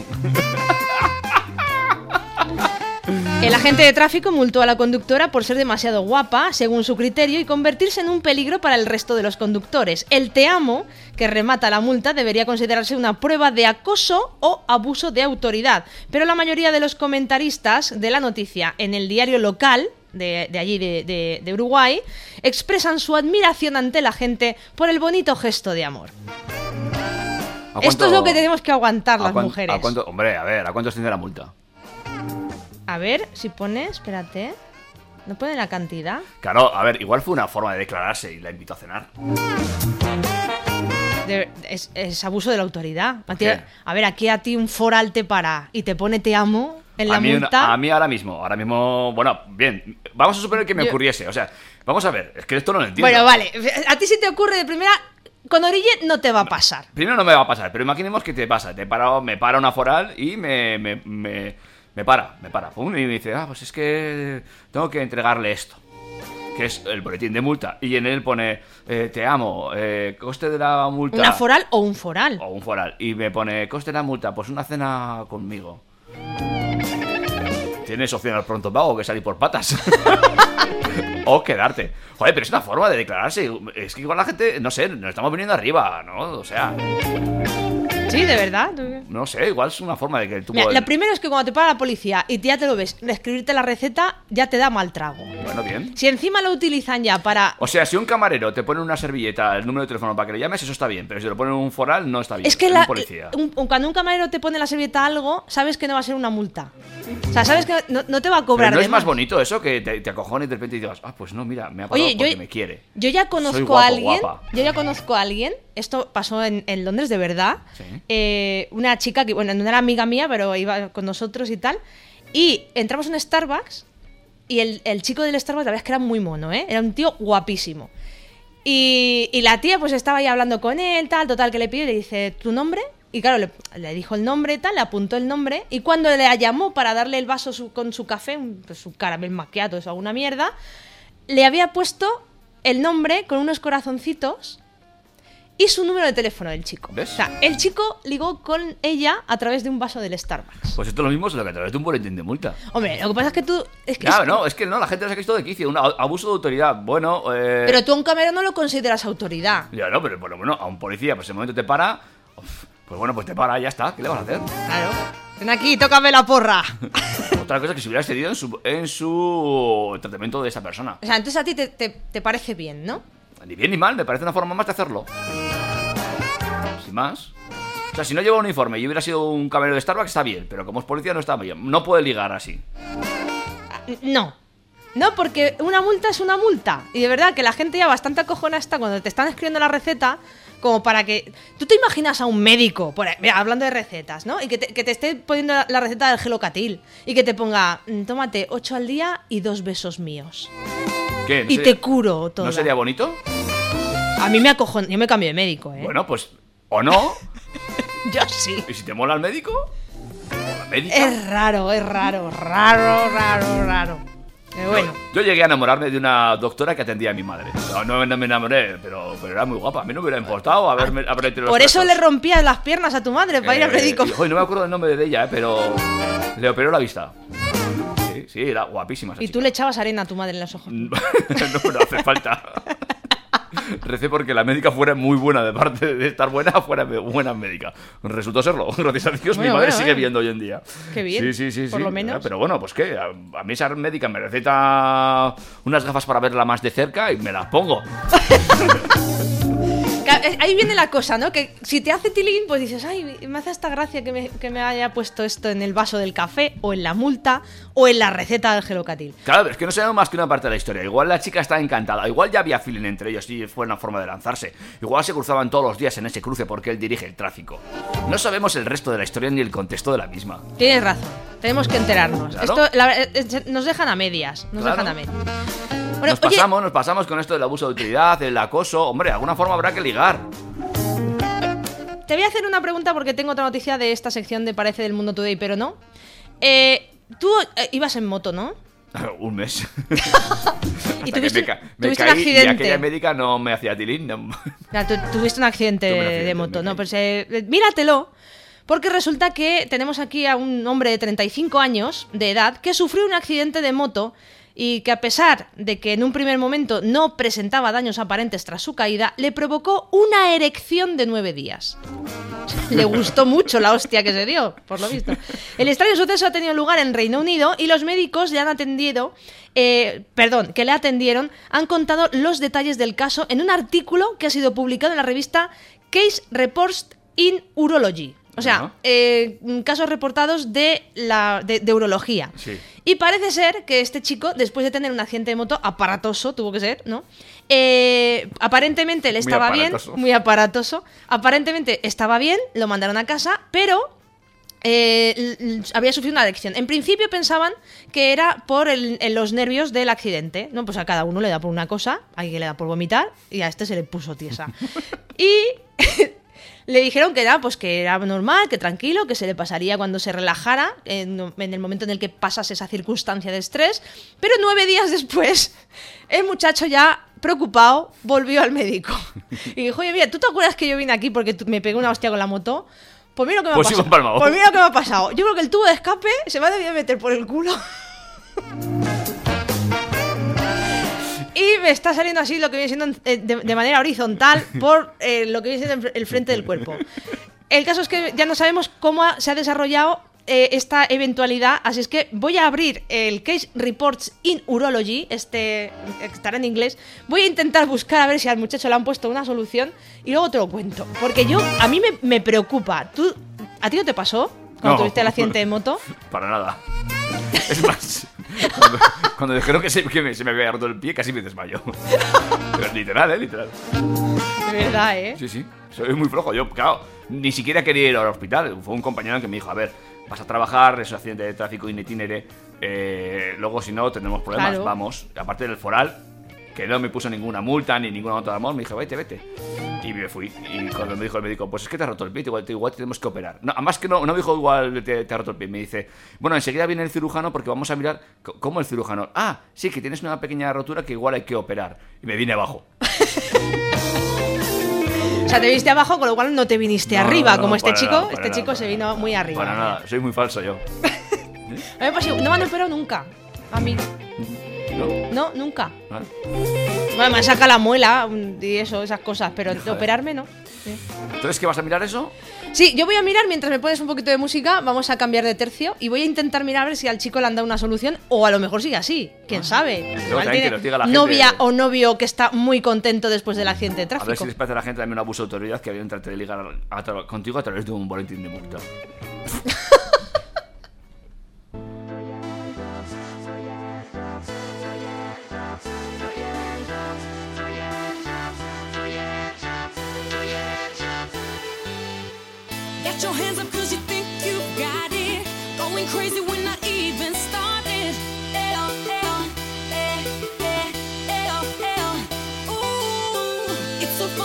El agente de tráfico multó a la conductora por ser demasiado guapa, según su criterio, y convertirse en un peligro para el resto de los conductores. El te amo, que remata la multa, debería considerarse una prueba de acoso o abuso de autoridad. Pero la mayoría de los comentaristas de la noticia en el diario local de allí de Uruguay expresan su admiración ante la gente por el bonito gesto de amor. Esto es lo que tenemos que aguantar las mujeres. Hombre, a ver, ¿a cuánto asciende la multa? A ver, si pone, espérate. ¿No pone la cantidad? Claro, a ver, igual fue una forma de declararse y la invitó a cenar. Es abuso de la autoridad. A ver, aquí a ti un foral te para y te pone te amo en la multa. A mí ahora mismo, bueno, bien, vamos a suponer que me ocurriese. O sea, vamos a ver, es que esto no lo entiendo. Bueno, vale, a ti si te ocurre de primera, con Orille no te va a pasar. Primero no me va a pasar, pero imaginemos que te pasa. Me para una foral y me para. Pum, y me dice, pues es que tengo que entregarle esto, que es el boletín de multa, y en él pone te amo, coste de la multa. ¿Una foral o un foral? O un foral. Y me pone coste de la multa, pues una cena conmigo. Tienes opción al pronto pago, que salir por patas. O quedarte. Joder, pero es una forma de declararse. Es que igual la gente, no sé, nos estamos viniendo arriba, ¿no? O sea... Sí, de verdad. No sé, igual es una forma de que tú... Mira, lo primero es que cuando te para la policía y ya te lo ves, escribirte la receta ya te da mal trago. Bueno, bien. Si encima lo utilizan ya para... O sea, si un camarero te pone una servilleta, el número de teléfono para que le llames, eso está bien. Pero si lo pone en un foral, no está bien. Es que un policía. Cuando un camarero te pone la servilleta algo, sabes que no va a ser una multa. O sea, sabes que no te va a cobrar. Pero no es más bonito eso, que te acojones y de repente digas, pues no, mira, me ha pagado porque me quiere. Yo ya conozco a alguien, esto pasó en Londres de verdad. ¿Sí? Una chica que, bueno, no era amiga mía, pero iba con nosotros y tal. Y entramos en un Starbucks y el chico del Starbucks, la verdad es que era muy mono, ¿eh? Era un tío guapísimo. Y la tía pues estaba ahí hablando con él, total, que le pidió y le dice, ¿tu nombre? Y claro, le dijo el nombre, le apuntó el nombre, y cuando le llamó para darle el vaso con su café, pues su caramel macchiato, eso, alguna mierda, le había puesto el nombre con unos corazoncitos y su número de teléfono del chico. ¿Ves? O sea, el chico ligó con ella a través de un vaso del Starbucks. Pues esto es lo mismo, solo que a través de un boletín de multa. Hombre, lo que pasa es que tú... Es que la gente se ha quitado de quicio. Un abuso de autoridad, bueno... Pero tú a un camarero no lo consideras autoridad. Ya, no, pero por lo menos a un policía, pues en el momento te para... Pues bueno, pues te para, ya está. ¿Qué le vas a hacer? Claro. Ven aquí, tócame la porra. Otra cosa que se hubiera excedido en su tratamiento de esa persona. O sea, entonces a ti te parece bien, ¿no? Ni bien ni mal, me parece una forma más de hacerlo. Sin más. O sea, si no lleva un uniforme y hubiera sido un camarero de Starbucks, está bien. Pero como es policía no está bien. No puede ligar así. No, porque una multa es una multa. Y de verdad que la gente ya bastante acojona está cuando te están escribiendo la receta, como para que... Tú te imaginas a un médico, mira, hablando de recetas, ¿no? Y que te esté poniendo la receta del Gelocatil y que te ponga, tómate 8 al día y 2 besos míos. ¿Qué? Y te curo todo. ¿No sería bonito? A mí me acojon... Yo me cambio de médico, ¿eh? Bueno, pues, o no. Yo sí. ¿Y si te mola el médico? ¿O la médica? Es raro. Pero bueno. Yo llegué a enamorarme de una doctora que atendía a mi madre. No me enamoré, pero era muy guapa. A mí no me hubiera importado haber tenido los Por eso brazos. le rompías las piernas a tu madre para ir al médico. No me acuerdo del nombre de ella, pero le operó la vista. Sí, era guapísima esa Y chica. tú le echabas arena a tu madre en los ojos. No hace falta. Recé porque la médica fuera muy buena, de parte de estar buena, fuera buena médica. Resultó serlo. Gracias a Dios, mi madre sigue viendo hoy en día. Qué bien. Sí. Por lo menos. Pero bueno, pues qué. A mí esa médica me receta unas gafas para verla más de cerca y me las pongo. Ahí viene la cosa, ¿no? Que si te hace tilín, pues dices, ay, me hace esta gracia que me haya puesto esto en el vaso del café, o en la multa, o en la receta del gelocatil. Claro, pero es que no sabemos más que una parte de la historia. Igual la chica estaba encantada, igual ya había feeling entre ellos y fue una forma de lanzarse. Igual se cruzaban todos los días en ese cruce porque él dirige el tráfico. No sabemos el resto de la historia ni el contexto de la misma. Tienes razón, tenemos que enterarnos. Claro. Esto nos dejan a medias, Claro. Bueno, Nos pasamos con esto del abuso de autoridad, el acoso. Hombre, de alguna forma habrá que ligar. Te voy a hacer una pregunta porque tengo otra noticia de esta sección de Parece del Mundo Today, pero no. Tú ibas en moto, ¿no? Un mes. Y Hasta tuviste, que me tuviste un caí y aquella accidente. médica no me hacía tilín. No. Claro, tuviste un accidente Tuve un accidente, de moto, me ¿no? caí. Pues míratelo. Porque resulta que tenemos aquí a un hombre de 35 años de edad que sufrió un accidente de moto y que, a pesar de que en un primer momento no presentaba daños aparentes tras su caída, le provocó una erección de 9 días. Le gustó mucho la hostia que se dio, por lo visto. El extraño suceso ha tenido lugar en Reino Unido y los médicos que le atendieron han contado los detalles del caso en un artículo que ha sido publicado en la revista Case Reports in Urology. O sea, casos reportados de urología. Sí. Y parece ser que este chico, después de tener un accidente de moto aparatoso, tuvo que ser, ¿no? Aparentemente le estaba bien, muy aparatoso. Aparentemente estaba bien, lo mandaron a casa, pero había sufrido una erección. En principio pensaban que era por los nervios del accidente, ¿no? Pues a cada uno le da por una cosa, a alguien le da por vomitar y a este se le puso tiesa. Y le dijeron que era normal, que tranquilo, que se le pasaría cuando se relajara, en el momento en el que pasase esa circunstancia de estrés. Pero 9 días después, el muchacho ya preocupado volvió al médico. Y dijo, oye, mira, ¿tú te acuerdas que yo vine aquí porque me pegué una hostia con la moto? Pues mira lo que me ha pasado. Pues mira lo que me ha pasado. Yo creo que el tubo de escape se me ha debido meter por el culo. Y me está saliendo así lo que viene siendo de manera horizontal por lo que viene siendo el frente del cuerpo. El caso es que ya no sabemos cómo se ha desarrollado esta eventualidad, así es que voy a abrir el Case Reports in Urology, estará en inglés. Voy a intentar buscar a ver si al muchacho le han puesto una solución y luego te lo cuento. Porque a mí me preocupa. ¿A ti no te pasó cuando tuviste el accidente de moto? Para nada. Es más, cuando dijeron que se me había roto el pie, casi me desmayó. Pero es literal, literal. De verdad, Sí, soy muy flojo. Yo, claro, ni siquiera quería ir al hospital. Fue un compañero que me dijo, a ver, vas a trabajar, es un accidente de tráfico in itinere, luego si no tenemos problemas, claro. Vamos. Aparte del foral, que no me puso ninguna multa ni ninguna nota de amor, me dijo, vete. Y me fui. Y cuando me dijo el médico, pues es que te has roto el pie, igual tenemos que operar. No, además que no me dijo igual te has roto el pie. Me dice, bueno, enseguida viene el cirujano porque vamos a mirar. ¿Cómo el cirujano? Ah, sí, que tienes una pequeña rotura que igual hay que operar. Y me vine abajo. O sea, te viniste abajo, con lo cual no te viniste arriba, como este chico. Nada, este chico se vino muy arriba. Para nada, soy muy falso yo. A mí no me han operado nunca. A mí. No, nunca. Vale. Bueno, me saca la muela y esas cosas, pero de operarme no. Sí. ¿Entonces qué vas a mirar eso? Sí, yo voy a mirar mientras me pones un poquito de música. Vamos a cambiar de tercio y voy a intentar mirar a ver si al chico le han dado una solución o a lo mejor sigue así. ¿Quién sabe? Igual tiene novia o novio que está muy contento después del accidente de tráfico. A ver si les parece a la gente también un abuso de autoridad que había intentado de ligar contigo a través de un boletín de multa. Get your hands up 'cause you think you got it. Going crazy when I even started. Ooh, it's so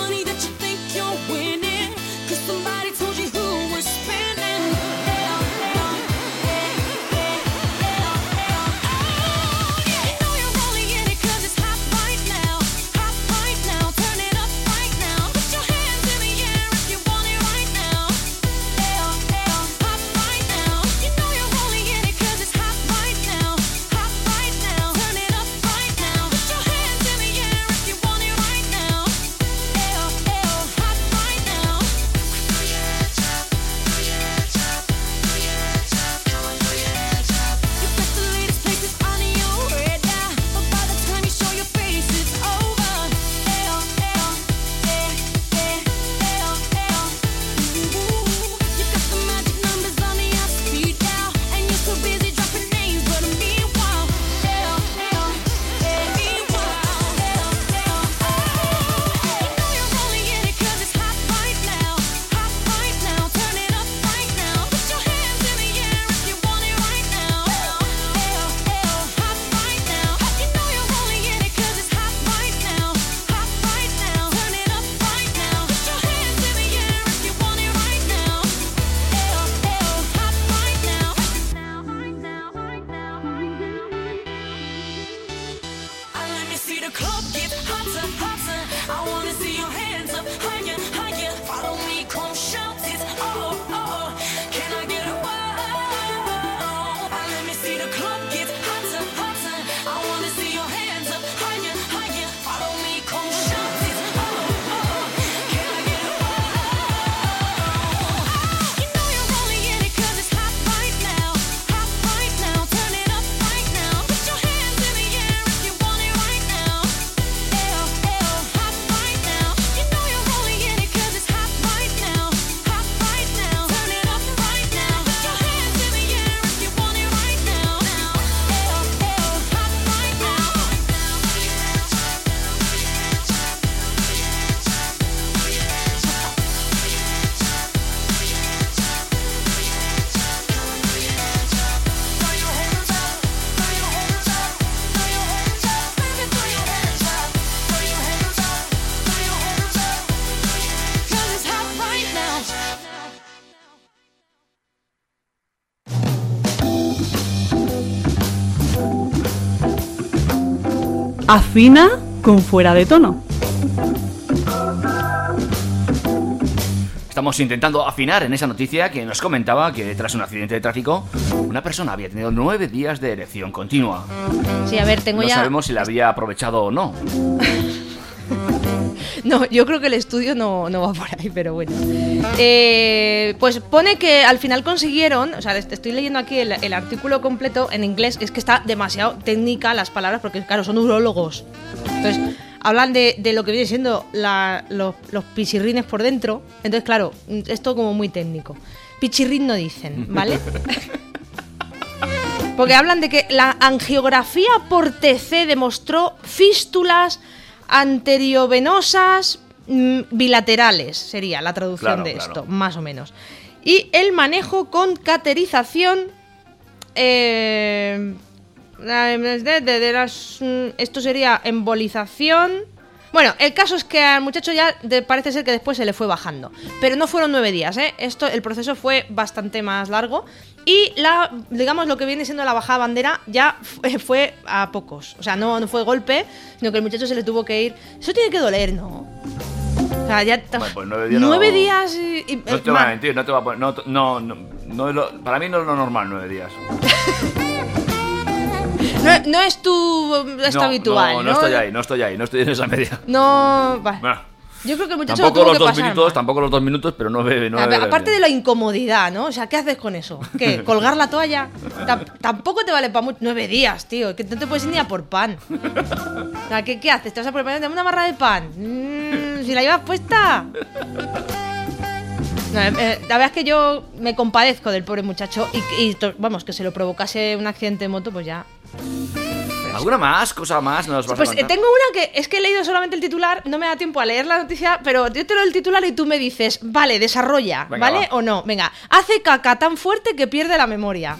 Afina con Fuera de Tono. Estamos intentando afinar en esa noticia que nos comentaba que tras un accidente de tráfico una persona había tenido 9 días de erección continua. Sí, a ver, tengo No ya... sabemos si la había aprovechado o no. No, yo creo que el estudio no va por ahí, pero bueno. Pues pone que al final consiguieron, o sea, estoy leyendo aquí el artículo completo en inglés, es que está demasiado técnica las palabras, porque claro, son urólogos. Entonces, hablan de lo que viene siendo los pichirrines por dentro. Entonces, claro, esto como muy técnico. Pichirrín no dicen, ¿vale? Porque hablan de que la angiografía por TC demostró fístulas anteriovenosas bilaterales, sería la traducción de esto, más o menos. Y el manejo con caterización esto sería embolización. Bueno, el caso es que al muchacho ya parece ser que después se le fue bajando. Pero no fueron 9 días, ¿eh? El proceso fue bastante más largo. Y digamos, lo que viene siendo la bajada bandera ya fue a pocos. O sea, no fue golpe, sino que el muchacho se le tuvo que ir. Eso tiene que doler, ¿no? O sea, ya... Bueno, pues 9 días 9 días y no te voy a mentir, no te voy a poner... No, para mí no es lo normal 9 días. No es tu esto habitual, ¿no? No estoy ahí, no estoy en esa media. No, vale. Bueno, yo creo que el muchacho tampoco lo tuvo que pasar mal. Tampoco los 2 minutos, pero 9 aparte de la incomodidad, ¿no? O sea, ¿qué haces con eso? ¿Qué? ¿Colgar la toalla? Tampoco te vale para 9 días, tío. Que no te puedes ir ni a por pan. O sea, ¿qué haces? ¿Te vas a preparar una barra de pan? Si la llevas puesta... No, la verdad es que yo me compadezco del pobre muchacho y vamos, que se lo provocase un accidente de moto, pues ya... ¿Alguna más? ¿Cosa más? ¿Nos vas pues a contar? tengo una que es que he leído solamente el titular, no me da tiempo a leer la noticia, pero yo te leo el titular y tú me dices, vale, desarrolla, Venga, ¿vale? Va. O no, venga, hace caca tan fuerte que pierde la memoria.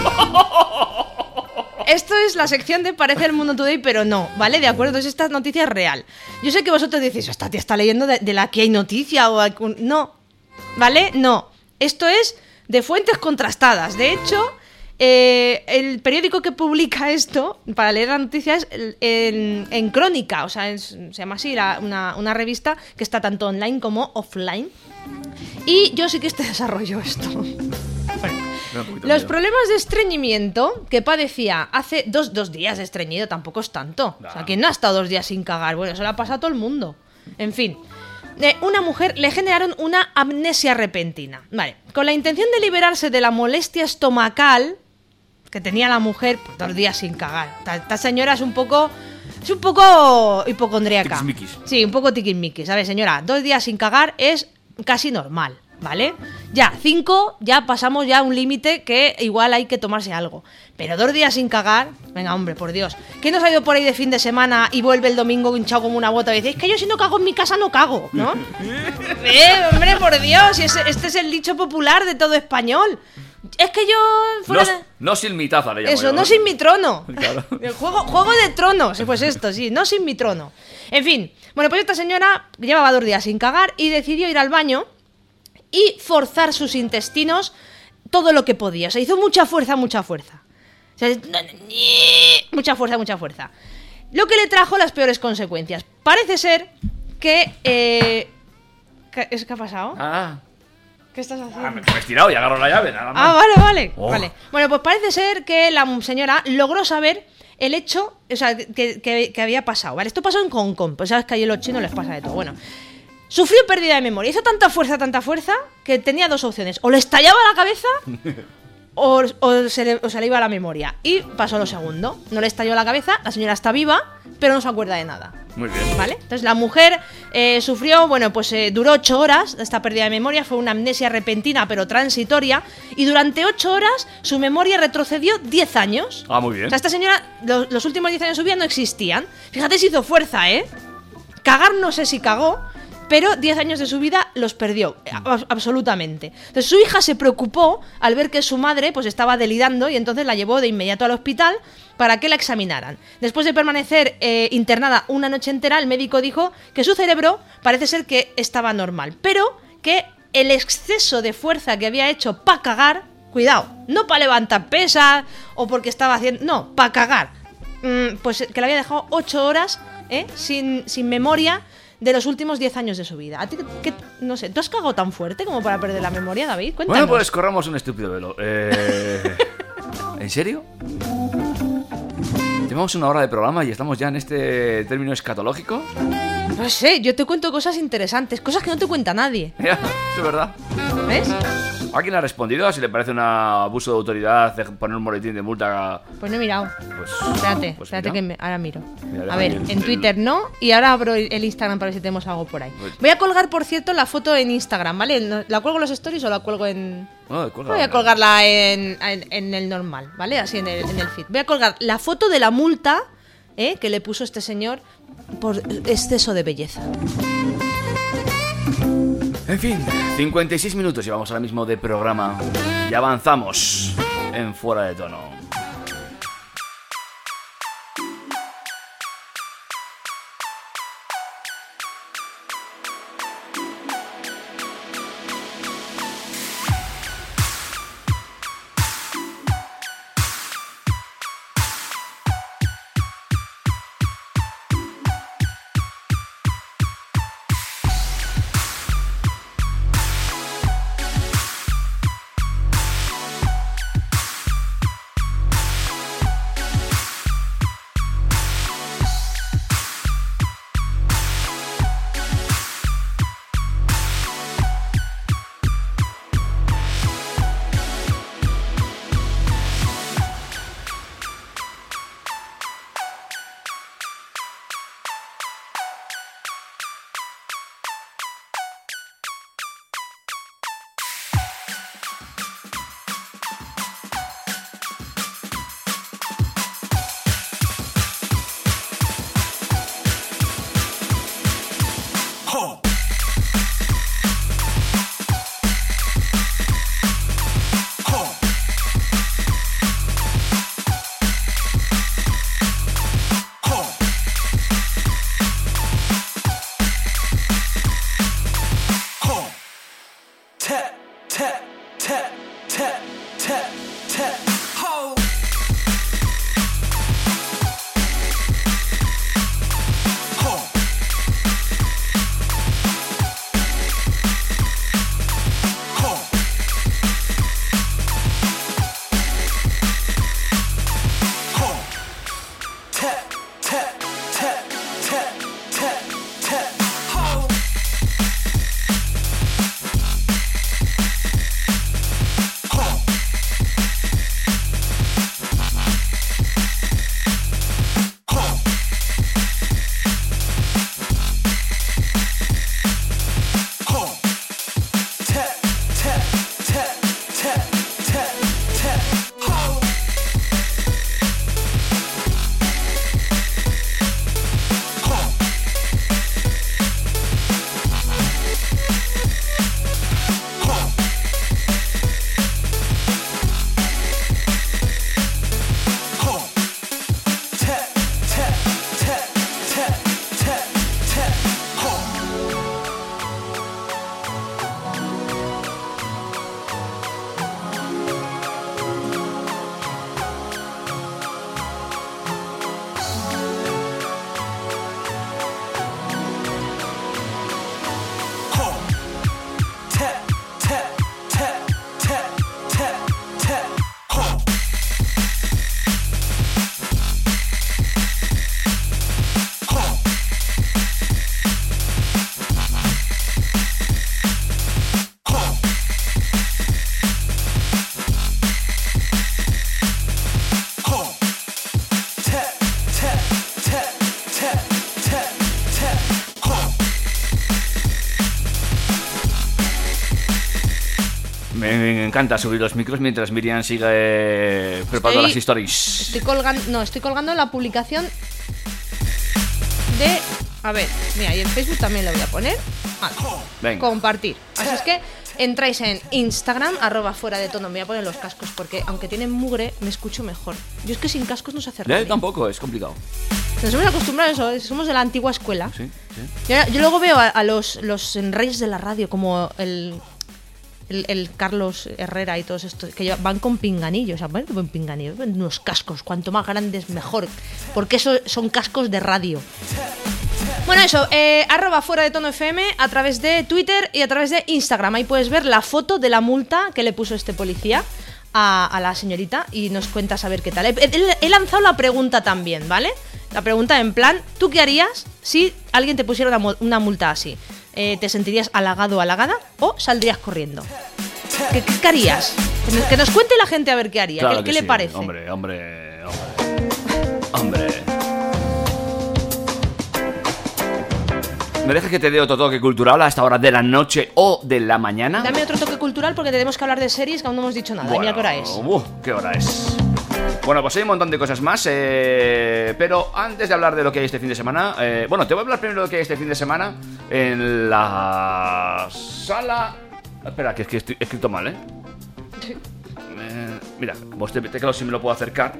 Esto es la sección de Parece el Mundo Today, pero no, ¿vale? De acuerdo, entonces esta noticia es real. Yo sé que vosotros decís, esta tía está leyendo de la que hay noticia o algún... No, ¿vale? No, esto es de fuentes contrastadas. De hecho... el periódico que publica esto para leer la noticia es en Crónica, o sea, se llama así, una revista que está tanto online como offline. Y yo sí que desarrollo esto. Los problemas de estreñimiento que padecía hace dos días de estreñido tampoco es tanto. O sea, que no ha estado 2 días sin cagar. Bueno, eso le ha pasado a todo el mundo. En fin. Una mujer le generaron una amnesia repentina. Vale, con la intención de liberarse de la molestia estomacal que tenía la mujer, pues 2 días sin cagar. Esta señora es un poco hipocondríaca. Tiquismiquis. Sí, un poco tiquismiquis. ¿Sabes, señora? 2 días sin cagar es casi normal, ¿vale? Ya, 5, ya pasamos ya un límite que igual hay que tomarse algo. Pero 2 días sin cagar, venga, hombre, por Dios. ¿Quién nos ha ido por ahí de fin de semana y vuelve el domingo hinchado como una bota y dice, es que yo si no cago en mi casa no cago, ¿no? Hombre, por Dios, este es el dicho popular de todo español. Es que yo... No sin mi taza, le llamo eso, yo, no sin mi trono. Claro. Juego de tronos, pues esto, sí, no sin mi trono. En fin, bueno, pues esta señora llevaba 2 días sin cagar y decidió ir al baño y forzar sus intestinos todo lo que podía. O sea, hizo mucha fuerza. O sea, mucha fuerza. Lo que le trajo las peores consecuencias. Parece ser que... ¿Qué ha pasado? ¿Qué estás haciendo? Me he estirado y agarro la llave, nada más. Vale. Oh. Vale. Bueno, pues parece ser que la señora logró saber el hecho, o sea, que había pasado, ¿vale? Esto pasó en Hong Kong, pues sabes que allí a los chinos les pasa de todo. Bueno, sufrió pérdida de memoria, hizo tanta fuerza, que tenía 2 opciones. O le estallaba la cabeza o se le iba la memoria. Y pasó lo segundo. No le estalló la cabeza, la señora está viva, pero no se acuerda de nada. Muy bien. ¿Vale? Entonces la mujer sufrió, bueno, pues duró 8 horas esta pérdida de memoria, fue una amnesia repentina pero transitoria, y durante 8 horas su memoria retrocedió 10 años. Muy bien. O sea, esta señora, los últimos 10 años de su vida no existían. Fíjate si hizo fuerza, ¿eh? Cagar no sé si cagó, pero 10 años de su vida los perdió, absolutamente. Entonces su hija se preocupó al ver que su madre pues estaba delirando y entonces la llevó de inmediato al hospital para que la examinaran. Después de permanecer internada una noche entera, el médico dijo que su cerebro parece ser que estaba normal, pero que el exceso de fuerza que había hecho para cagar, cuidado, no para levantar pesas o porque estaba haciendo... No, para cagar. pues que le había dejado 8 horas sin memoria de los últimos 10 años de su vida. ¿A ti no sé, tú has cagado tan fuerte como para perder la memoria, David? Cuéntanos. Bueno, pues corramos un estúpido velo. ¿En serio? Llevamos 1 hora de programa y estamos ya en este término escatológico. No sé, yo te cuento cosas interesantes, cosas que no te cuenta nadie. Ya, es verdad. ¿Ves? ¿Alguien ha respondido a si le parece un abuso de autoridad de poner un boletín de multa? Pues no he mirado. Pues, Espérate mira. que ahora miro. Mira, A ver, en Twitter no, y ahora abro el Instagram para ver si tenemos algo por ahí. Pues- Voy a colgar, por cierto, la foto en Instagram, ¿vale? ¿La cuelgo en los stories o la cuelgo en...? Voy a colgarla en el normal, ¿vale? Así en el feed. Voy a colgar la foto de la multa que le puso este señor por exceso de belleza. En fin, 56 minutos llevamos ahora mismo de programa y avanzamos en Fuera de Tono. Me encanta subir los micros mientras Miriam sigue preparando las stories. Estoy colgando la publicación de... A ver, mira, y en Facebook también lo voy a poner. Vale, compartir. Así es que entráis en Instagram, @fuera de tono. Me voy a poner los cascos porque aunque tienen mugre, me escucho mejor. Yo es que sin cascos no se hace radio. Tampoco, es complicado. Nos hemos acostumbrado a eso, somos de la antigua escuela. Sí. Yo luego veo a los reyes de la radio como el Carlos Herrera y todos estos, que van con pinganillos, ¿sabes? Con pinganillos, unos cascos, cuanto más grandes mejor, porque eso son cascos de radio. Bueno, eso, @fuera de tono FM a través de Twitter y a través de Instagram. Ahí puedes ver la foto de la multa que le puso este policía a la señorita y nos cuentas a ver qué tal. He lanzado la pregunta también, ¿vale? La pregunta en plan, ¿tú qué harías si alguien te pusiera una multa así? ¿Te sentirías halagado o halagada o saldrías corriendo? ¿Qué harías? Que nos cuente la gente a ver qué haría. Claro ¿Qué le sí. parece? Hombre. ¿Me dejas que te dé otro toque cultural a esta hora de la noche o de la mañana? Dame otro toque cultural porque tenemos que hablar de series que aún no hemos dicho nada. Mira qué hora es. ¿Qué hora es? Bueno, pues hay un montón de cosas más, pero antes de hablar de lo que hay este fin de semana, te voy a hablar primero de lo que hay este fin de semana en la sala... Espera, que estoy escrito mal, ¿eh? Mira, como este teclado sí me lo puedo acercar.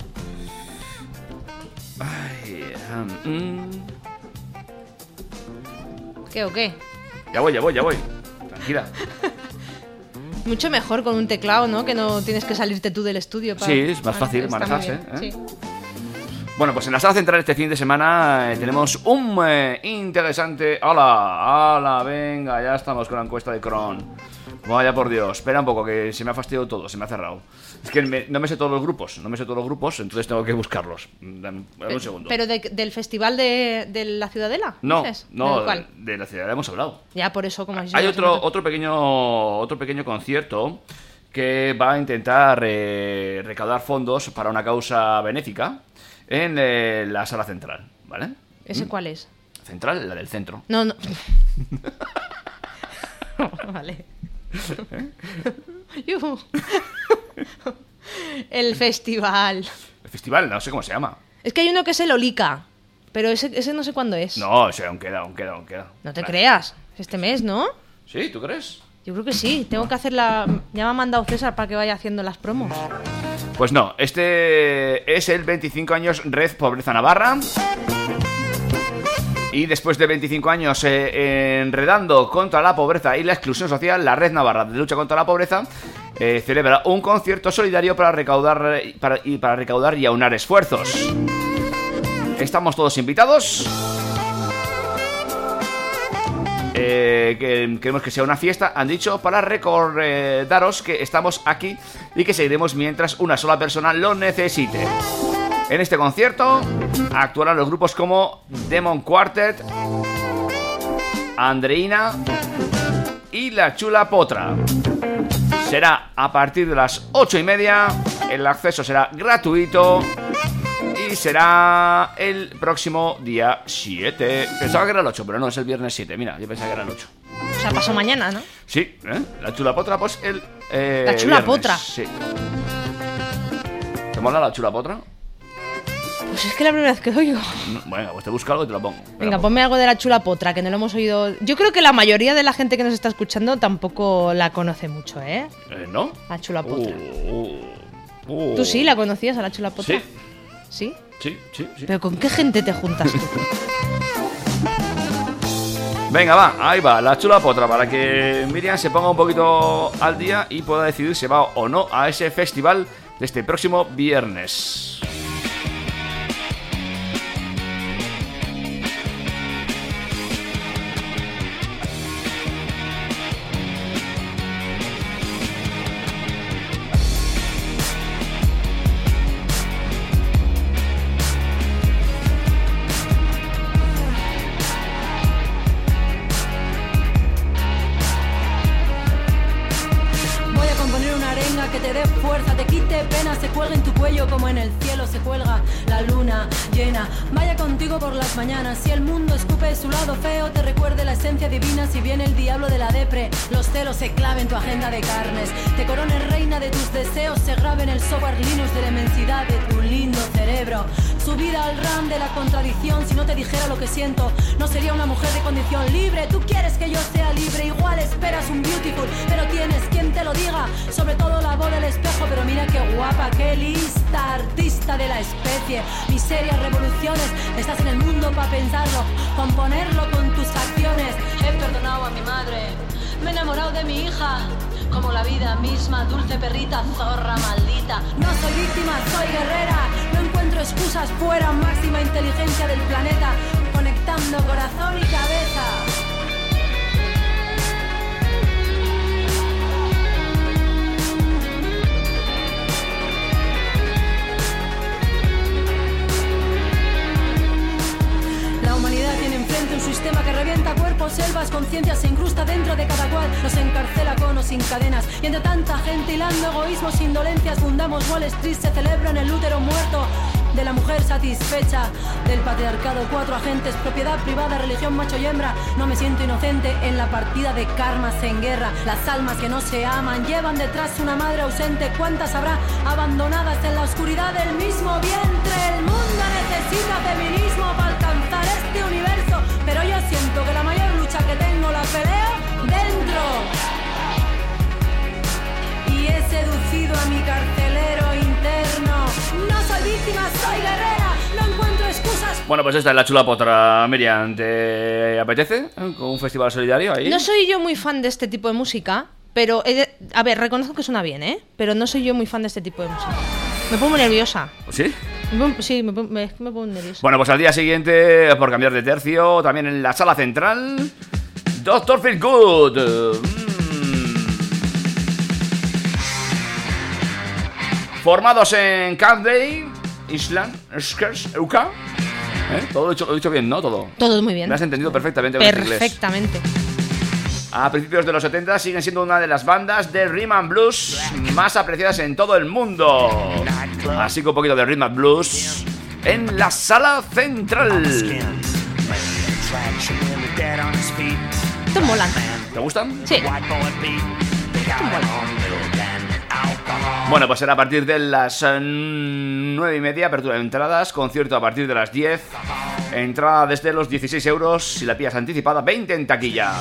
¿Qué o qué? Ya voy. Tranquila. Mucho mejor con un teclado, ¿no? Que no tienes que salirte tú del estudio. Sí, es más fácil está manejarse, muy bien, sí. Bueno, pues en la sala central este fin de semana tenemos un interesante... ¡Hala! Venga, ya estamos con la encuesta de Cron. Vaya por Dios, espera un poco que se me ha fastidiado todo, se me ha cerrado. Es que no me sé todos los grupos, entonces tengo que buscarlos. Dame un segundo. ¿Pero del festival de la Ciudadela? No, ¿dices? no, ¿Cuál? de la Ciudadela hemos hablado. Ya, por eso, como Hay otro pequeño concierto que va a intentar recaudar fondos para una causa benéfica en la sala central, ¿vale? ¿Ese cuál es? Central, la del centro. No. Vale. El festival. El festival, no sé cómo se llama. Es que hay uno que es el Olica, pero ese no sé cuándo es. No, o sea, aún queda. No te creas, este mes, ¿no? ¿Sí? ¿Tú crees? Yo creo que sí, tengo que hacer ya me ha mandado César para que vaya haciendo las promos. Pues no, este es el 25 años Red Pobreza Navarra. Y después de 25 años enredando contra la pobreza y la exclusión social, la Red Navarra de Lucha contra la Pobreza celebra un concierto solidario para recaudar y aunar esfuerzos. Estamos todos invitados. Queremos que sea una fiesta, han dicho, para recordaros que estamos aquí y que seguiremos mientras una sola persona lo necesite. En este concierto actuarán los grupos como Demon Quartet, Andreina y La Chula Potra. Será a partir de las 8:30, el acceso será gratuito y será el próximo día 7. Pensaba que era el 8, pero no, es el viernes 7. Mira, yo pensaba que era el 8. O sea, pasó mañana, ¿no? Sí, La Chula Potra, pues el La Chula viernes. Potra. Sí. ¿Te mola La Chula Potra? Pues es que la primera vez que oigo. Bueno, pues te busco algo y te lo pongo. Venga, ponme algo de La Chula Potra, que no lo hemos oído. Yo creo que la mayoría de la gente que nos está escuchando tampoco la conoce mucho, ¿eh? ¿No? La Chula Potra. ¿Tú sí la conocías a La Chula Potra? Sí. ¿Sí? Sí. ¿Pero con qué gente te juntas tú? Venga, va, ahí va, La Chula Potra, para que Miriam se ponga un poquito al día y pueda decidir si va o no a ese festival de este próximo viernes. Que te dé fuerza, te quite pena, se cuelga en tu cuello como en el cielo se cuelga la luna llena. Vaya contigo por las mañanas, si el mundo escupe su lado feo, te recuerde la esencia divina. Si viene el diablo de la depre, los celos se claven tu agenda de carnes, te corone reina de tus deseos, se grabe en el software Linux de la inmensidad de tu lindo cerebro. Subida al RAM de la contradicción, si no te dijera lo que siento, no sería una mujer de condición libre. Tú quieres que yo sea libre, igual esperas un beautiful, pero tienes quien te lo diga, sobre todo la voz del espejo. Pero mira qué guapa, qué lista, artista de la especie. Miserias, revoluciones, estás en el mundo para pensarlo, componerlo con tus acciones. He perdonado a mi madre, me he enamorado de mi hija, como la vida misma, dulce perrita, zorra maldita. No soy víctima, soy guerrera. No encuentro excusas fuera, máxima inteligencia del planeta, conectando corazón y cabeza. La humanidad tiene enfrente un sistema que revienta cuerpos, selvas, conciencias, se incrusta dentro de cada cual, nos encarcela con o sin cadenas. Y entre tanta gente hilando egoísmos, indolencias, fundamos Wall Street, se celebra en el útero muerto de la mujer satisfecha, del patriarcado, 4 agentes, propiedad privada, religión, macho y hembra. No me siento inocente en la partida de karmas en guerra. Las almas que no se aman llevan detrás una madre ausente. ¿Cuántas habrá abandonadas en la oscuridad del mismo vientre? El mundo necesita feminismo para alcanzar este universo, pero yo siento que la mayor lucha que tengo la peleo dentro. Y he seducido a mi carcelero interno. No soy víctima, soy guerrera. No encuentro excusas. Bueno, pues esta es la chula potra. Miriam, ¿te apetece? ¿Con un festival solidario ahí? No soy yo muy fan de este tipo de música, pero a ver, reconozco que suena bien, pero no soy yo muy fan de este tipo de música. Me pongo muy nerviosa. ¿Sí? Sí, me pongo nerviosa. Bueno, pues al día siguiente, por cambiar de tercio, también en la sala central, Dr. Feelgood. Formados en Calgary, Island, Skers, UK. Todo lo he dicho bien, ¿no? Todo muy bien. Me has entendido perfectamente. Perfectamente. A principios de los 70 siguen siendo una de las bandas de rhythm and blues más apreciadas en todo el mundo. Así que un poquito de rhythm and blues en la sala central. ¿Te molan? ¿Te gustan? Sí. Bueno, pues será a partir de las 9:30, apertura de entradas, concierto a partir de las 10, entrada desde los 16 euros, si la pillas anticipada, 20 en taquilla.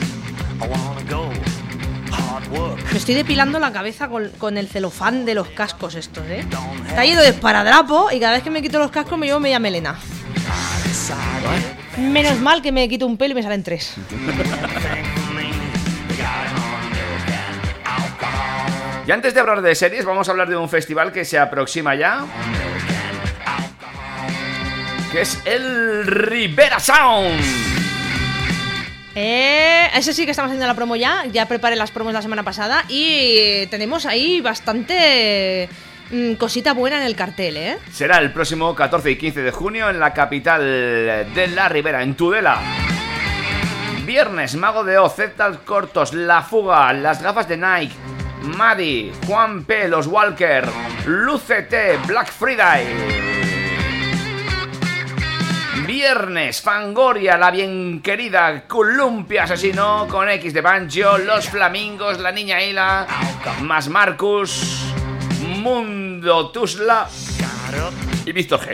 Me estoy depilando la cabeza con el celofán de los cascos estos, Está lleno de esparadrapo y cada vez que me quito los cascos me llevo media melena. Menos mal que me quito un pelo y me salen 3. Y antes de hablar de series, vamos a hablar de un festival que se aproxima ya, que es el Ribera Sound. Ese sí que estamos haciendo la promo ya preparé las promos la semana pasada y tenemos ahí bastante cosita buena en el cartel, Será el próximo 14 y 15 de junio en la capital de la Ribera, en Tudela. Viernes, Mago de Oz, Z Cortos, La Fuga, Las Gafas de Nike, Maddy, Juan P, Los Walker, Lucete, Black Friday. Viernes, Fangoria, La Bien Querida, Columpia Asesino, con X de Banjo, Los Flamingos, La Niña Hila, Más Marcus, Mundo Tusla y Víctor G.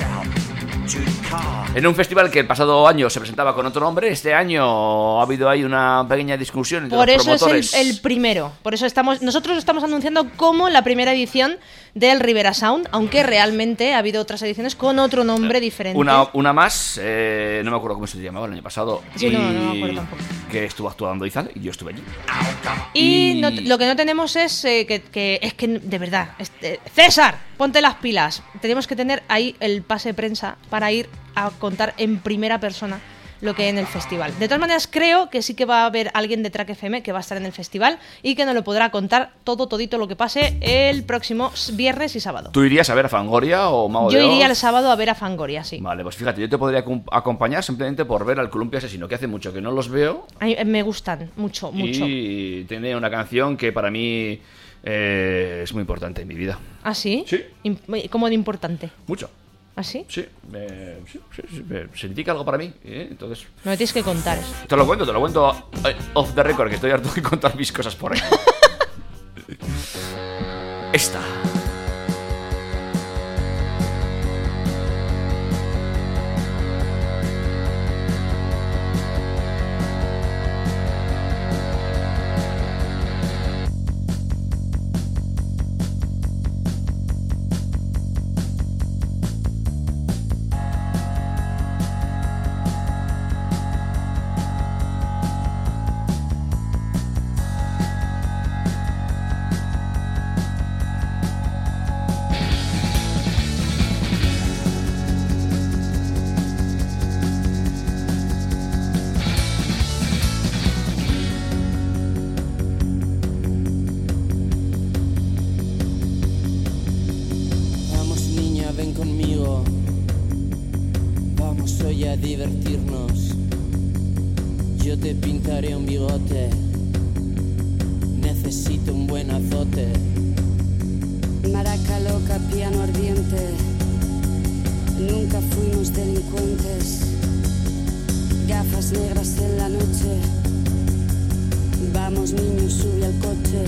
En un festival que el pasado año se presentaba con otro nombre, este año ha habido ahí una pequeña discusión entre los promotores. Por eso es el primero. Por eso nosotros estamos anunciando como la primera edición del Ribera Sound, aunque realmente ha habido otras ediciones con otro nombre diferente. Una más, no me acuerdo cómo se llamaba el año pasado. Sí, no me acuerdo tampoco. Que estuvo actuando Izal y yo estuve allí. Y lo que no tenemos es que de verdad, César, ponte las pilas. Tenemos que tener ahí el pase de prensa para ir a contar en primera persona lo que hay en el festival. De todas maneras, creo que sí que va a haber alguien de Track FM que va a estar en el festival y que nos lo podrá contar todito lo que pase el próximo viernes y sábado. ¿Tú irías a ver a Fangoria o Mago de Oz? Yo iría el sábado a ver a Fangoria, sí. Vale, pues fíjate, yo te podría acompañar simplemente por ver al Columpia Asesino, que hace mucho que no los veo. A mí me gustan mucho. Y tiene una canción que para mí es muy importante en mi vida. ¿Ah, sí? Sí. ¿Cómo de importante? Mucho. ¿Ah, sí? Sí, significa algo para mí, entonces... Me lo tienes que contar eso. Te lo cuento off the record, que estoy harto de contar mis cosas por ahí. Esta. Nena, ven conmigo. Vamos hoy a divertirnos. Yo te pintaré un bigote. Necesito un buen azote. Maraca loca, piano ardiente. Nunca fuimos delincuentes. Gafas negras en la noche. Vamos niño, sube al coche.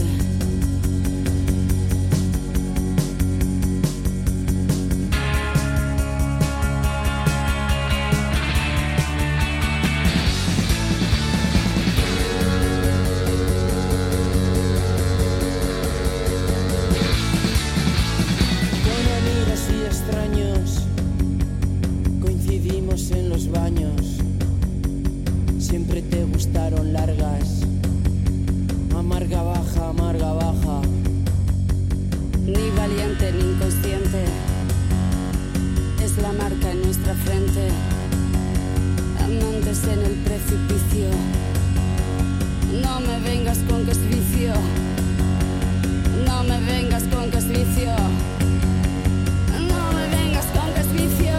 En los baños siempre te gustaron largas, amarga baja, ni valiente ni inconsciente, es la marca en nuestra frente, amantes en el precipicio, no me vengas con que es vicio, no me vengas con que es vicio, no me vengas con que es vicio.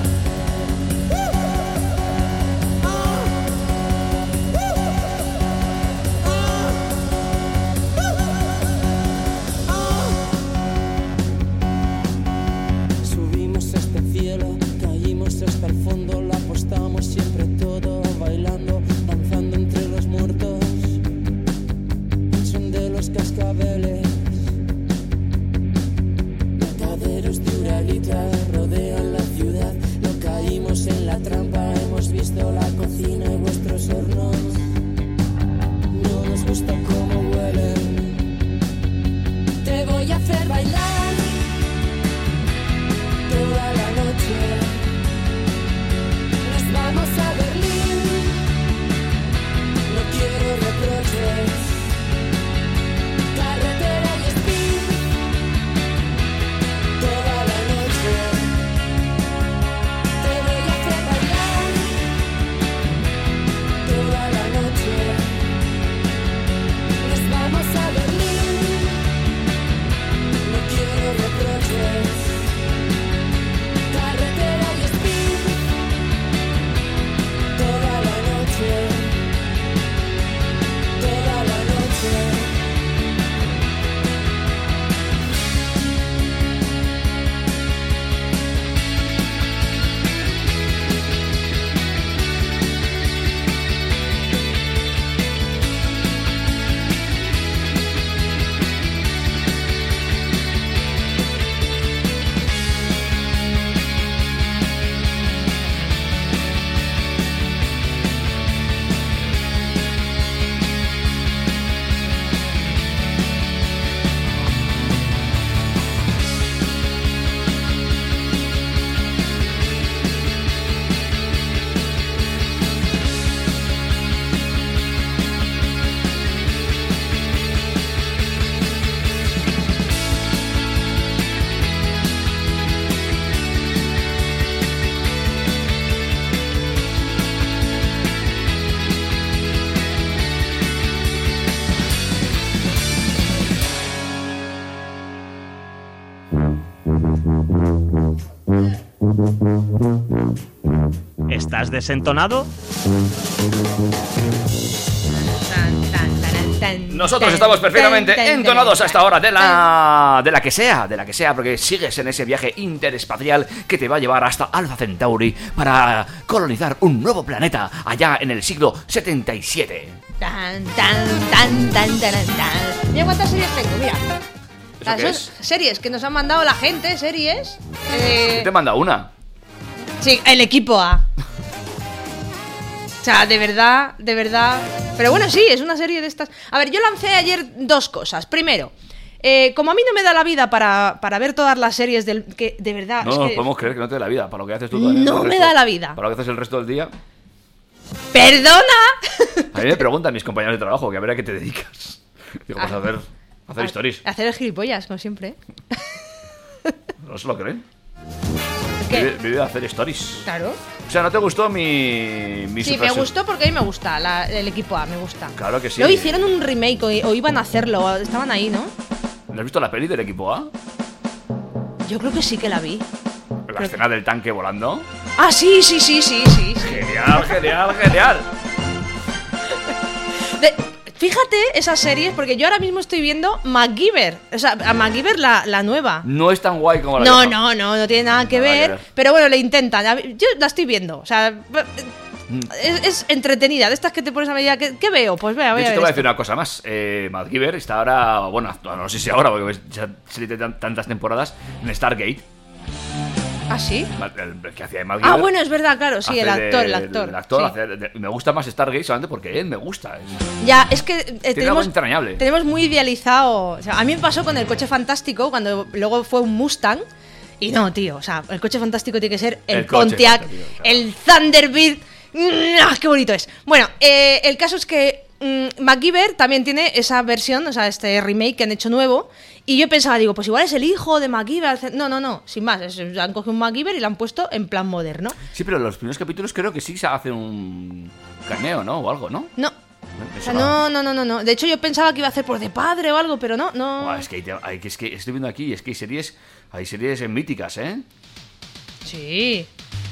Hasta el fondo la apostamos siempre todo, bailando, danzando entre los muertos, el son de los cascabeles, mataderos de Uralita rodean la ciudad, no caímos en la trampa, hemos visto la cocina y vuestros hornos, no nos gusta cómo huelen, te voy a hacer bailar toda la noche. Vamos a Berlín, no quiero reproches, carretera y speed, toda la noche, te voy a hacer bailar, toda la noche, nos vamos a Berlín, no quiero reproches, carretera y speed. Toda la noche. ¿Estás desentonado? Nosotros estamos perfectamente entonados a esta hora de la que sea, porque sigues en ese viaje interespacial que te va a llevar hasta Alpha Centauri para colonizar un nuevo planeta allá en el siglo 77. Mira cuántas series tengo, mira. ¿Eso qué es? Series que nos han mandado la gente, series. Te manda una. Sí, el equipo A. O sea, de verdad. Pero bueno, sí, es una serie de estas. A ver, yo lancé ayer dos cosas. Primero, como a mí no me da la vida para ver todas las series del que de verdad. No es nos que podemos creer que no te da la vida. Para lo que haces tú no me da la vida. Para lo que haces el resto del día. ¡Perdona! A mí me preguntan mis compañeros de trabajo que a ver a qué te dedicas. Digo, pues a hacer stories. Hacer el gilipollas, como siempre. ¿No se lo creen? ¿Qué? Vive a hacer stories. Claro. O sea, ¿no te gustó mi Sí, me gustó porque a mí me gusta el equipo A, me gusta. Claro que sí. Luego hicieron un remake o iban a hacerlo, estaban ahí, ¿no? ¿No has visto la peli del equipo A? Yo creo que sí que la vi. La escena del tanque volando. Ah, sí. Genial. Fíjate esas series, porque yo ahora mismo estoy viendo MacGyver. O sea, a MacGyver la nueva. No es tan guay como la No, vieja. no tiene nada que ver. Pero bueno, le intentan. Yo la estoy viendo. O sea, es entretenida. De estas que te pones a medida. ¿Qué veo? Pues vea, de hecho, ver te voy a esto. decir una cosa más. MacGyver está ahora, bueno, no sé si ahora, porque ya se tiene tantas temporadas, en Stargate. ¿Ah, sí? El que hacía de MacGyver. Ah, bueno, es verdad, claro, sí, el actor. Sí. Me gusta más Stargate solamente porque él me gusta. Ya, es que tiene algo entrañable. tenemos muy idealizado. O sea, a mí me pasó con el Coche Fantástico, cuando luego fue un Mustang. Y no, tío, o sea, el Coche Fantástico tiene que ser el Pontiac, coche, tío, claro. El Thunderbird. ¡Qué bonito es! Bueno, el caso es que MacGyver también tiene esa versión, o sea, este remake que han hecho nuevo. Y yo pensaba, digo, pues igual es el hijo de MacGyver. No, sin más. Han cogido un MacGyver y lo han puesto en plan moderno. Sí, pero los primeros capítulos creo que sí se hace un cameo, ¿no? O algo, ¿no? No. O sea, no. De hecho, yo pensaba que iba a hacer por de padre o algo, pero no. Buah, es que estoy viendo aquí, es que hay series míticas, ¿eh? Sí.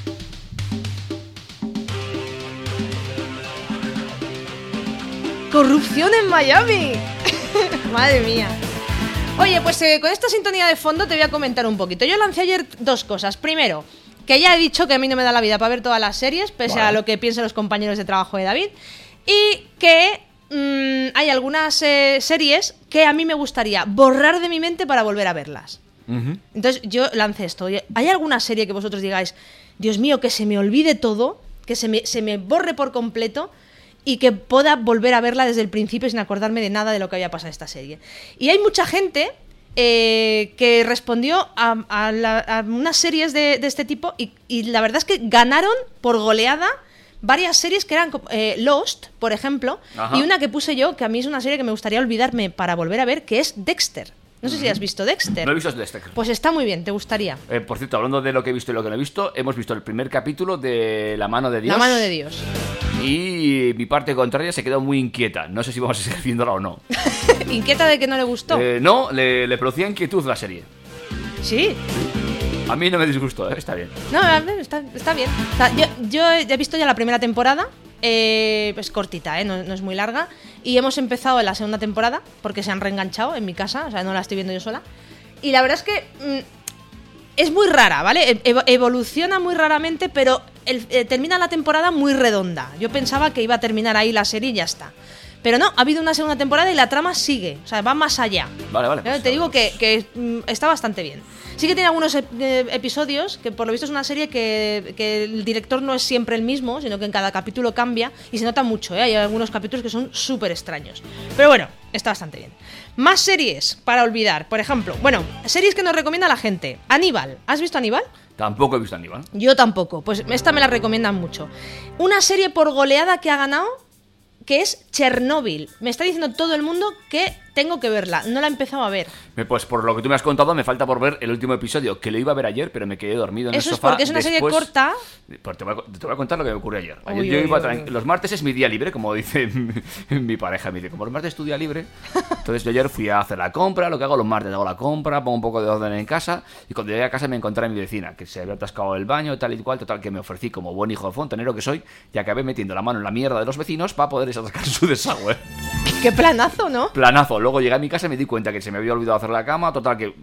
Corrupción en Miami. Madre mía. Oye, pues con esta sintonía de fondo te voy a comentar un poquito. Yo lancé ayer 2 cosas. Primero, que ya he dicho que a mí no me da la vida para ver todas las series, pese a lo que piensen los compañeros de trabajo de David. Y que hay algunas series que a mí me gustaría borrar de mi mente para volver a verlas. Entonces yo lancé esto. ¿Hay alguna serie que vosotros digáis, Dios mío, que se me olvide todo, que se me borre por completo y que pueda volver a verla desde el principio sin acordarme de nada de lo que había pasado en esta serie? Y hay mucha gente que respondió a unas series de este tipo y la verdad es que ganaron por goleada varias series que eran Lost, por ejemplo. Ajá. Y una que puse yo, que a mí es una serie que me gustaría olvidarme para volver a ver, que es Dexter. No sé si has visto Dexter. No he visto Dexter. Pues está muy bien, te gustaría. Por cierto, hablando de lo que he visto y lo que no he visto, hemos visto el primer capítulo de La mano de Dios. La mano de Dios. Y mi parte contraria se quedó muy inquieta. No sé si vamos a seguir viéndola o no. ¿Inquieta de que no le gustó? No, le producía inquietud la serie. Sí. A mí no me disgustó, está bien. No, está bien. O sea, yo he visto ya la primera temporada. Pues cortita, no es muy larga. Y hemos empezado la segunda temporada porque se han reenganchado en mi casa. O sea, no la estoy viendo yo sola. Y la verdad es que es muy rara, ¿vale? Evoluciona muy raramente, pero termina la temporada muy redonda. Yo pensaba que iba a terminar ahí la serie y ya está. Pero no, ha habido una segunda temporada y la trama sigue. O sea, va más allá. Vale. Pues te digo que está bastante bien. Sí que tiene algunos episodios, que por lo visto es una serie que el director no es siempre el mismo, sino que en cada capítulo cambia y se nota mucho, ¿eh? Hay algunos capítulos que son súper extraños. Pero bueno, está bastante bien. Más series para olvidar. Por ejemplo, series que nos recomienda la gente. Aníbal. ¿Has visto Aníbal? Tampoco he visto Aníbal. Yo tampoco. Pues esta me la recomiendan mucho. Una serie por goleada que ha ganado, que es Chernobyl. Me está diciendo todo el mundo que tengo que verla. No la he empezado a ver. Pues por lo que tú me has contado, me falta por ver el último episodio, que lo iba a ver ayer, pero me quedé dormido en el sofá. Eso es porque es una serie corta. Pues te voy a contar lo que me ocurrió ayer. Los martes es mi día libre, como dice mi pareja. Me dice, como los martes es tu día libre. Entonces yo ayer fui a hacer la compra. Lo que hago los martes, hago la compra, pongo un poco de orden en casa. Y cuando llegué a casa me encontré a mi vecina, que se había atascado el baño, tal y cual. Total, que me ofrecí como buen hijo de fontanero que soy, y acabé metiendo la mano en la mierda de los vecinos para poder atascar su desagüe. Qué planazo, ¿no? Planazo. Luego llegué a mi casa y me di cuenta que se me había olvidado hacer la cama. Total, que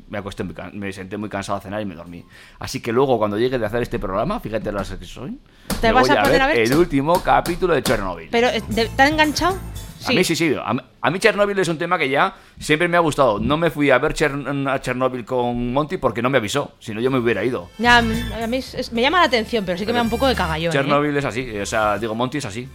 me senté muy cansado a cenar y me dormí. Así que luego, cuando llegue de hacer este programa, fíjate las que soy, te vas a poner a ver el último capítulo de Chernobyl. ¿Pero te han enganchado? Sí. A mí sí. A mí Chernobyl es un tema que ya siempre me ha gustado. No me fui a ver Chernobyl con Monty porque no me avisó. Si no, yo me hubiera ido. Ya, a mí me llama la atención, pero sí que me da un poco de cagallón. Chernobyl es así. O sea, digo, Monty es así.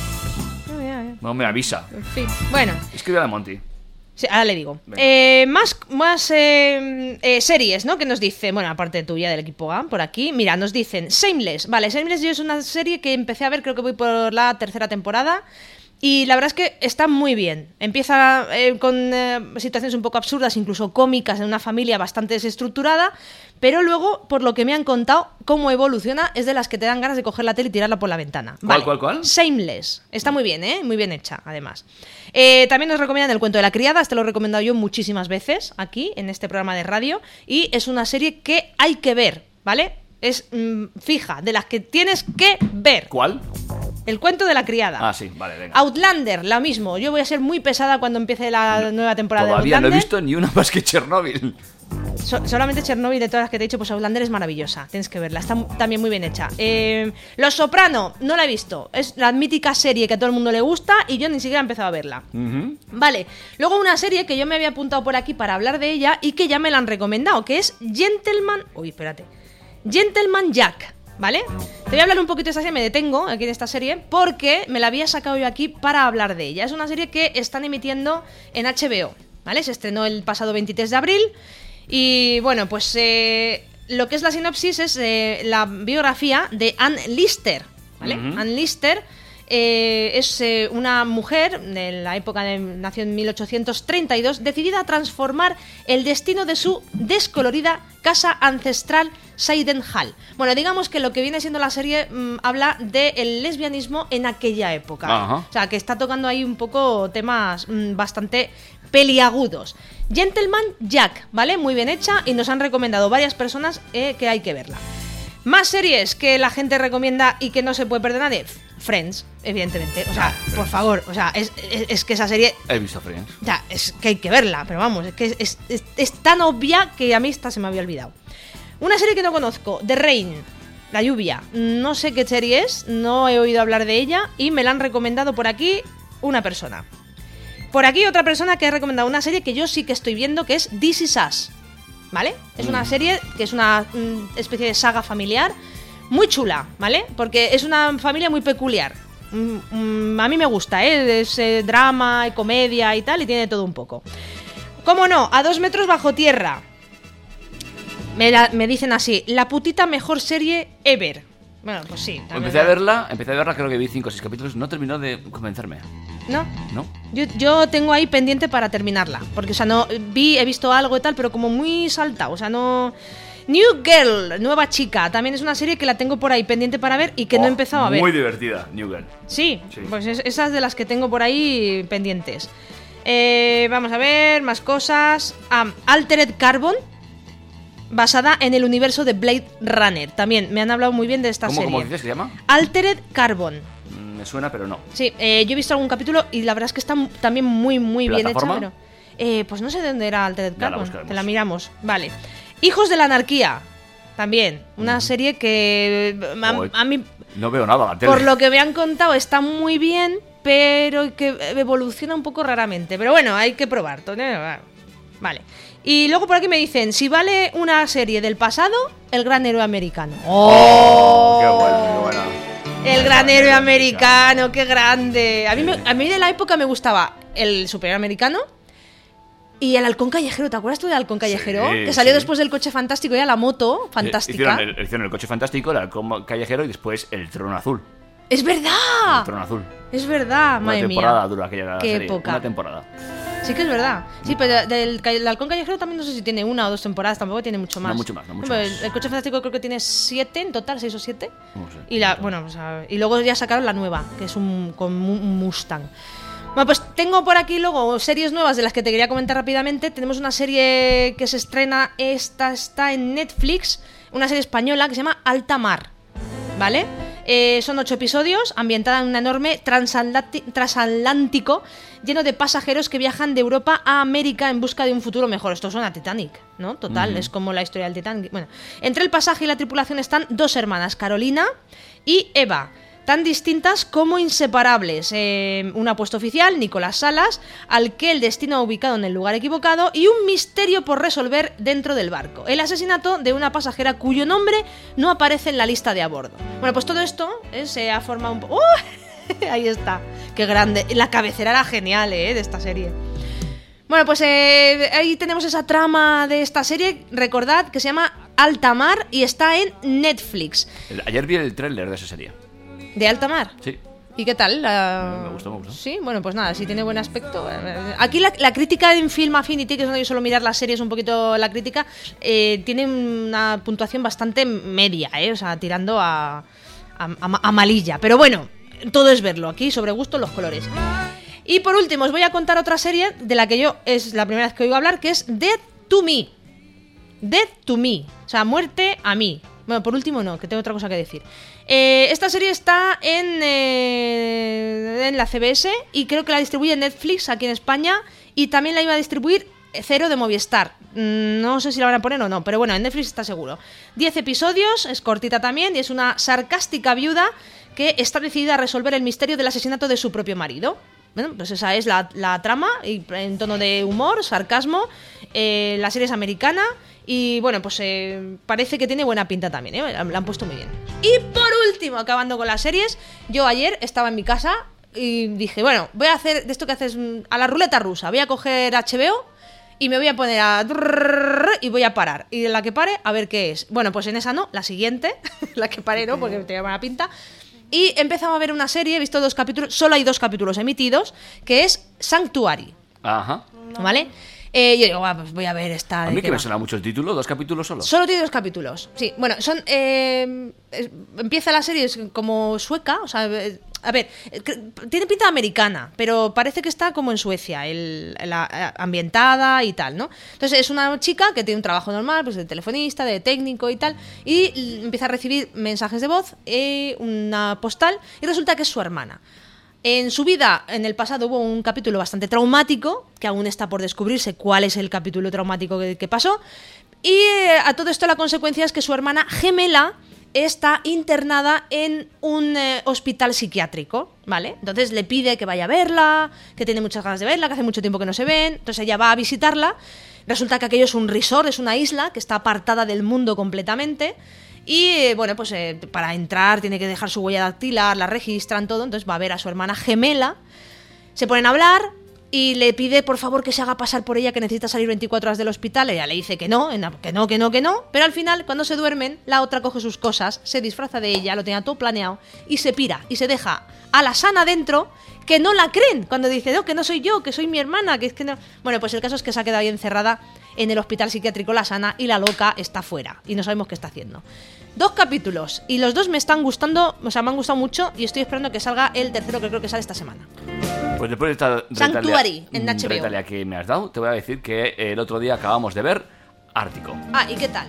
No me avisa. En fin, bueno. Escríbele a Monty. Sí, ahora le digo. Más series, ¿no? Que nos dicen, bueno, aparte tuya del equipo A, por aquí. Mira, nos dicen Shameless. Vale, Shameless yo es una serie que empecé a ver, creo que voy por la 3ª temporada. Y la verdad es que está muy bien. Empieza con situaciones un poco absurdas, incluso cómicas, en una familia bastante desestructurada. Pero luego, por lo que me han contado, cómo evoluciona, es de las que te dan ganas de coger la tele y tirarla por la ventana. Vale. ¿Cuál? Shameless. Está muy bien, muy bien hecha, además. También nos recomiendan El cuento de la criada. Este lo he recomendado yo muchísimas veces aquí, en este programa de radio. Y es una serie que hay que ver, ¿vale? Es fija, de las que tienes que ver. ¿Cuál? El cuento de la criada. Ah, sí, vale, venga. Outlander, la mismo. Yo voy a ser muy pesada cuando empiece la nueva temporada de Todavía Outlander. no he visto ni una más que Chernobyl. Solamente Chernobyl, de todas las que te he dicho, pues Outlander es maravillosa. Tienes que verla, está también muy bien hecha. Los Soprano, no la he visto. Es la mítica serie que a todo el mundo le gusta y yo ni siquiera he empezado a verla. Vale, luego una serie que yo me había apuntado por aquí para hablar de ella y que ya me la han recomendado, que es Gentleman Jack, ¿vale? Te voy a hablar un poquito de esta serie, me detengo aquí en esta serie porque me la había sacado yo aquí para hablar de ella. Es una serie que están emitiendo en HBO, ¿vale? Se estrenó el pasado 23 de abril y bueno, pues lo que es la sinopsis es la biografía de Anne Lister, ¿vale? Anne Lister es una mujer de la época nació en 1832, decidida a transformar el destino de su descolorida casa ancestral Seidenhall. Bueno, digamos que lo que viene siendo la serie habla del lesbianismo en aquella época. Ajá. O sea, que está tocando ahí un poco temas bastante peliagudos. Gentleman Jack, ¿vale? Muy bien hecha y nos han recomendado varias personas que hay que verla. Más series que la gente recomienda y que no se puede perder nadie. Friends, evidentemente. O sea, por favor, o sea, es que esa serie... He visto Friends. O sea, es que hay que verla, pero vamos, es que es tan obvia que a mí esta se me había olvidado. Una serie que no conozco, The Rain, La lluvia. No sé qué serie es, no he oído hablar de ella y me la han recomendado por aquí una persona. Por aquí otra persona que ha recomendado una serie que yo sí que estoy viendo, que es This Is Us, ¿vale? Es una serie que es una especie de saga familiar muy chula, ¿vale? Porque es una familia muy peculiar. A mí me gusta, ¿eh? Es drama y comedia y tal, y tiene todo un poco. ¿Cómo no? A 2 metros bajo tierra. Me dicen así, la putita mejor serie ever. Bueno, pues sí. Empecé a verla, creo que vi 5 o 6 capítulos, no terminó de convencerme. ¿No? ¿No? Yo tengo ahí pendiente para terminarla. Porque, o sea, no he visto algo y tal, pero como muy saltado. O sea, no... New Girl, nueva chica. También es una serie que la tengo por ahí pendiente para ver y que no he empezado a ver. Muy divertida, New Girl. Sí, pues esas de las que tengo por ahí pendientes. Vamos a ver, más cosas. Altered Carbon, basada en el universo de Blade Runner. También me han hablado muy bien de esta serie. ¿Cómo dices que se llama? Altered Carbon. Me suena, pero no. Sí, yo he visto algún capítulo y la verdad es que está también muy, muy bien hecha. Pero, pues no sé de dónde era Altered Carbon. Te la miramos. Vale. Hijos de la Anarquía. También. Una serie que a mí... No veo nada la tele. Por lo que me han contado está muy bien, pero que evoluciona un poco raramente. Pero bueno, hay que probar. Vale. Y luego por aquí me dicen, si vale una serie del pasado, El Gran Héroe Americano. ¡Oh! ¡Qué bueno, qué buena! El Gran Héroe Americano, qué grande. A mí de la época me gustaba el Superior Americano y el Halcón Callejero. ¿Te acuerdas tú del Halcón Callejero? Sí, que salió después del Coche Fantástico, ya la moto fantástica. Hicieron el Coche Fantástico, el Halcón Callejero y después el Trono Azul. ¡Es verdad! El Trono Azul. Es verdad, madre mía. Una temporada dura aquella qué serie. Época. Una temporada. Sí que es verdad. Sí, pero del Halcón Callejero también no sé si tiene 1 o 2 temporadas, tampoco tiene mucho más. No mucho más. El Coche Fantástico creo que tiene 7 en total, 6 o 7. No sé. Y luego ya sacaron la nueva, que es con un Mustang. Bueno, pues tengo por aquí luego series nuevas de las que te quería comentar rápidamente. Tenemos una serie que se estrena, esta está en Netflix, una serie española que se llama Alta Mar, ¿vale? Son 8 episodios, ambientada en un enorme transatlántico lleno de pasajeros que viajan de Europa a América en busca de un futuro mejor. Esto suena a Titanic, ¿no? Total, es como la historia del Titanic. Bueno, entre el pasaje y la tripulación están 2 hermanas, Carolina y Eva, tan distintas como inseparables. Un apuesto oficial, Nicolás Salas, al que el destino ha ubicado en el lugar equivocado, y un misterio por resolver dentro del barco: el asesinato de una pasajera cuyo nombre no aparece en la lista de a bordo. Bueno, pues todo esto se ha formado un poco... Ahí está, qué grande. La cabecera era genial, de esta serie. Bueno, pues ahí tenemos esa trama de esta serie. Recordad que se llama Alta Mar y está en Netflix. Ayer vi el tráiler de esa serie. ¿De Alta Mar? Sí. ¿Y qué tal? Me gustó. Sí, bueno, pues nada, si tiene buen aspecto. Aquí la crítica en Film Affinity, que es donde yo suelo mirar las series un poquito la crítica, tiene una puntuación bastante media, o sea, tirando a malilla. Pero bueno, todo es verlo. Aquí sobre gusto los colores. Y por último, os voy a contar otra serie de la que yo es la primera vez que oigo hablar, que es Dead to Me. Dead to Me, o sea, muerte a mí. Bueno, por último no, que tengo otra cosa que decir. Esta serie está en la CBS y creo que la distribuye Netflix aquí en España y también la iba a distribuir Cero de Movistar. No sé si la van a poner o no, pero bueno, en Netflix está seguro. 10 episodios, es cortita también y es una sarcástica viuda que está decidida a resolver el misterio del asesinato de su propio marido. Bueno, pues esa es la trama, y en tono de humor, sarcasmo. La serie es americana y bueno, pues parece que tiene buena pinta también, ¿eh? La han puesto muy bien. Y por último, acabando con las series, yo ayer estaba en mi casa y dije, bueno, voy a hacer de esto que haces a la ruleta rusa. Voy a coger HBO y me voy a poner y voy a parar. Y de la que pare, a ver qué es. Bueno, pues en esa no, la siguiente, la que pare no, porque tenía buena pinta. Y he empezado a ver una serie, he visto 2 capítulos, solo hay 2 capítulos emitidos, que es Sanctuary. Ajá. ¿Vale? Yo digo, pues voy a ver esta. A mí que me suena mucho el título, 2 capítulos solo. Solo tiene 2 capítulos, sí. Bueno, son. Empieza la serie es como sueca, o sea. A ver, tiene pinta americana, pero parece que está como en Suecia, ambientada y tal, ¿no? Entonces es una chica que tiene un trabajo normal, pues de telefonista, de técnico y tal, y empieza a recibir mensajes de voz, una postal, y resulta que es su hermana. En su vida, en el pasado, hubo un capítulo bastante traumático, que aún está por descubrirse cuál es el capítulo traumático que pasó, y a todo esto la consecuencia es que su hermana gemela está internada en un hospital psiquiátrico, ¿vale? Entonces le pide que vaya a verla, que tiene muchas ganas de verla, que hace mucho tiempo que no se ven. Entonces ella va a visitarla. Resulta que aquello es un resort, es una isla que está apartada del mundo completamente. Y bueno, pues para entrar tiene que dejar su huella dactilar, la registran, todo. Entonces va a ver a su hermana gemela. Se ponen a hablar y le pide por favor que se haga pasar por ella, que necesita salir 24 horas del hospital. Ella le dice que no, pero al final, cuando se duermen, la otra coge sus cosas, se disfraza de ella, lo tenía todo planeado, y se pira, y se deja a la sana dentro, que no la creen, cuando dice, no, que no soy yo, que soy mi hermana, que es que no... Bueno, pues el caso es que se ha quedado ahí encerrada en el hospital psiquiátrico la sana, y la loca está fuera, y no sabemos qué está haciendo. 2 capítulos, y los 2 me están gustando, o sea, me han gustado mucho, y estoy esperando que salga el tercero, que creo que sale esta semana. Pues después de esta Sanctuary en HBO. retalia que me has dado, te voy a decir que el otro día acabamos de ver Ártico. Ah, ¿y qué tal?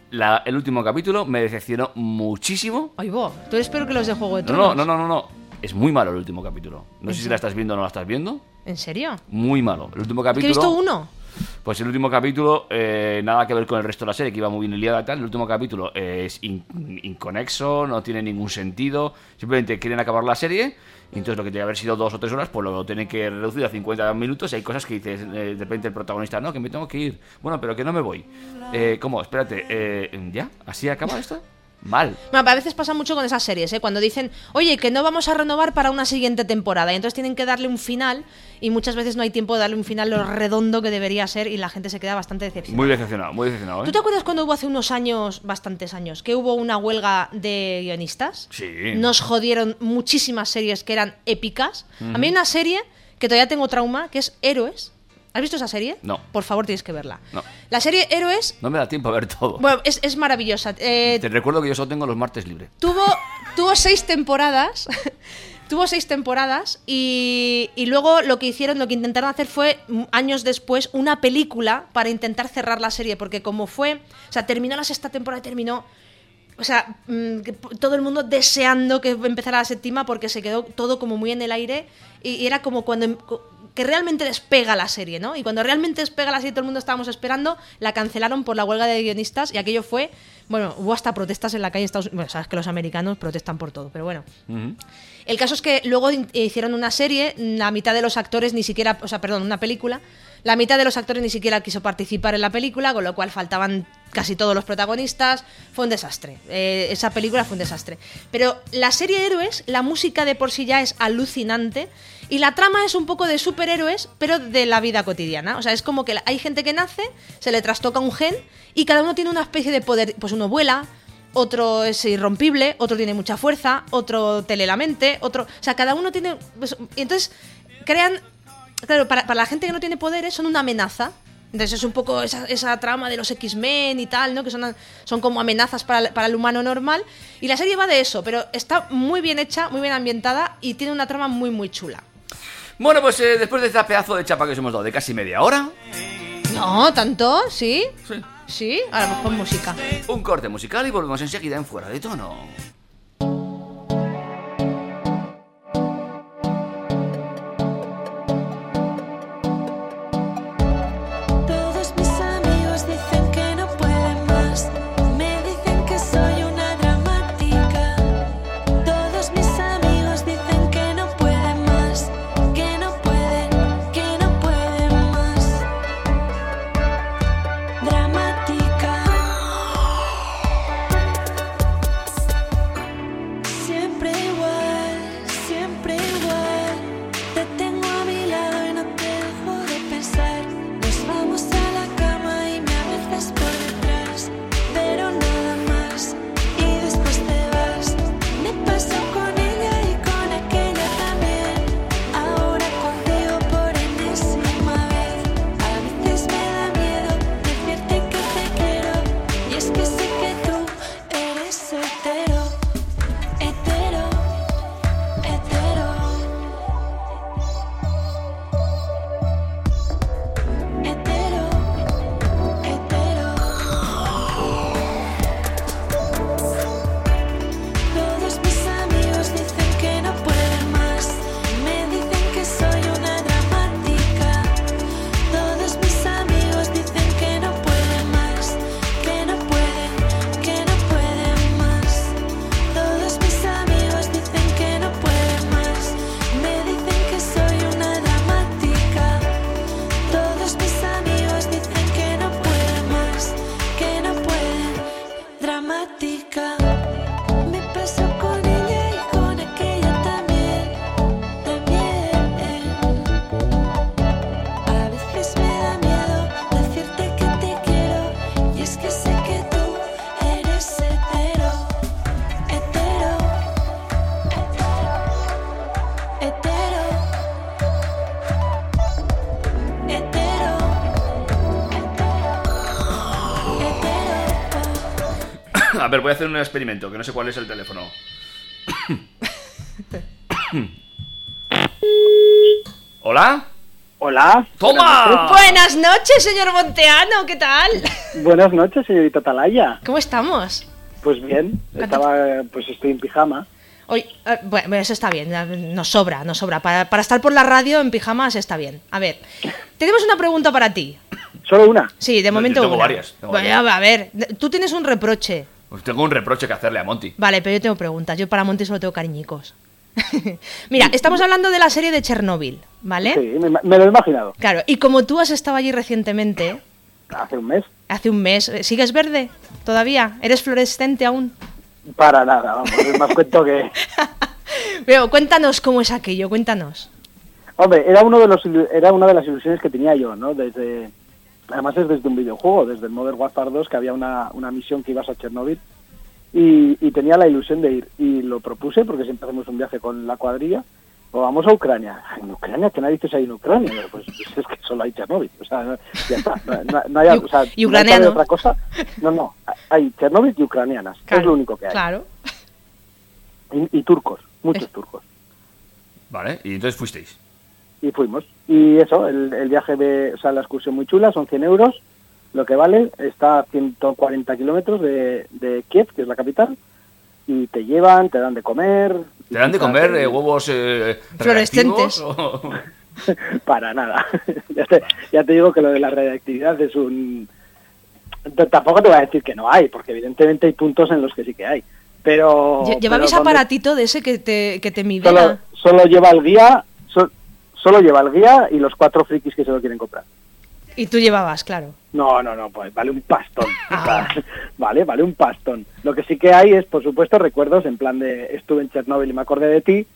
El último capítulo me decepcionó muchísimo. Ay, vos, tú espero que los de Juego de Tronos. No. Es muy malo el último capítulo. No sé si la estás viendo o no la estás viendo. ¿En serio? Muy malo. El último capítulo... ¿Que he visto uno? Pues el último capítulo, nada que ver con el resto de la serie, que iba muy bien liada y tal. El último capítulo es inconexo, no tiene ningún sentido. Simplemente quieren acabar la serie, y entonces lo que tiene que haber sido 2 o 3 horas, pues lo tienen que reducir a 50 minutos. Y hay cosas que dices, de repente el protagonista, no, que me tengo que ir. Bueno, pero que no me voy. ¿Cómo? Espérate, ¿ya? ¿Así acaba esto? Mal. Bueno, a veces pasa mucho con esas series, ¿eh? Cuando dicen, oye, que no vamos a renovar para una siguiente temporada, y entonces tienen que darle un final, y muchas veces no hay tiempo de darle un final lo redondo que debería ser, y la gente se queda bastante decepcionada. Muy decepcionado, ¿eh? ¿Tú te acuerdas cuando hubo hace unos años, bastantes años, que hubo una huelga de guionistas? Sí. Nos jodieron muchísimas series que eran épicas. A mí hay una serie que todavía tengo trauma, que es Héroes. ¿Has visto esa serie? No. Por favor, tienes que verla. No. La serie Héroes... No me da tiempo a ver todo. Bueno, es maravillosa. Te recuerdo que yo solo tengo los martes libre. Tuvo 6 temporadas. Tuvo 6 temporadas y luego lo que intentaron hacer fue, años después, una película para intentar cerrar la serie, porque como fue... O sea, terminó la 6ª temporada y terminó... O sea, todo el mundo deseando que empezara la 7ª, porque se quedó todo como muy en el aire, y era como cuando... que realmente despega la serie, ¿no? Y cuando realmente despega la serie, todo el mundo estábamos esperando, la cancelaron por la huelga de guionistas, y aquello fue... Bueno, hubo hasta protestas en la calle de Estados Unidos. Bueno, sabes que los americanos protestan por todo, pero bueno. El caso es que luego hicieron una serie, la mitad de los actores ni siquiera... O sea, perdón, una película. La mitad de los actores ni siquiera quiso participar en la película, con lo cual faltaban casi todos los protagonistas. Fue un desastre. Esa película fue un desastre. Pero la serie Héroes, la música de por sí ya es alucinante, y la trama es un poco de superhéroes, pero de la vida cotidiana. O sea, es como que hay gente que nace, se le trastoca un gen, y cada uno tiene una especie de poder. Pues uno vuela, otro es irrompible, otro tiene mucha fuerza, otro te lee la mente, otro... O sea, cada uno tiene... Pues, y entonces crean... Claro, para la gente que no tiene poderes son una amenaza. Entonces es un poco esa trama de los X-Men y tal, ¿no? Que son como amenazas para el humano normal. Y la serie va de eso, pero está muy bien hecha, muy bien ambientada, y tiene una trama muy, muy chula. Bueno, pues después de este pedazo de chapa que os hemos dado de casi media hora... No, ¿tanto? ¿Sí? Sí. ¿Sí? Ahora pues pon música. Un corte musical y volvemos enseguida en Fuera de Tono. A ver, voy a hacer un experimento, que no sé cuál es el teléfono. ¿Hola? Hola. ¡Toma! Buenas noches, señor Monteano, ¿qué tal? Buenas noches, señorita Atalaya. ¿Cómo estamos? Pues bien, estoy en pijama. Oye, bueno, eso está bien, nos sobra. Para estar por la radio en pijamas está bien. A ver, tenemos una pregunta para ti. ¿Solo una? Sí, de momento tengo una. Varias. Bueno, a ver, tú tienes un reproche. Pues tengo un reproche que hacerle a Monty. Vale, pero yo tengo preguntas. Yo para Monty solo tengo cariñicos. Mira, estamos hablando de la serie de Chernobyl, ¿vale? Sí, me lo he imaginado. Claro, y como tú has estado allí recientemente... ¿Hace un mes? Hace un mes. ¿Sigues verde todavía? ¿Eres fluorescente aún? Para nada, vamos, es más cuento que... Pero cuéntanos cómo es aquello, cuéntanos. Hombre, era una de las ilusiones que tenía yo, ¿no? Además es desde un videojuego, desde el Modern Warfare 2, que había una misión que ibas a Chernobyl y tenía la ilusión de ir. Y lo propuse porque siempre hacemos un viaje con la cuadrilla. O vamos a Ucrania. ¿En Ucrania? ¿Qué narices hay en Ucrania? Pues es que solo hay Chernobyl. O sea, ya está. No hay, o sea, y ucranianos. No hay otra cosa. No. Hay Chernobyl y ucranianas. Claro, es lo único que hay. Claro. Y turcos. Muchos turcos. Vale, y entonces fuisteis. Y fuimos. Y eso, el viaje la excursión muy chula, son 100 euros. Lo que vale, está a 140 kilómetros de Kiev, que es la capital. Y te llevan, te dan de comer. ¿Te dan de comer huevos fluorescentes? Para nada. ya te digo que lo de la radiactividad es un... Tampoco te voy a decir que no hay, porque evidentemente hay puntos en los que sí que hay. Pero... ¿Llevabais aparatito de ese que te midea? Solo lleva el guía... Solo lleva el guía y los 4 frikis que se lo quieren comprar. Y tú llevabas, claro. No, pues vale un pastón. Vale un pastón. Lo que sí que hay es, por supuesto, recuerdos en plan de estuve en Chernobyl y me acordé de ti.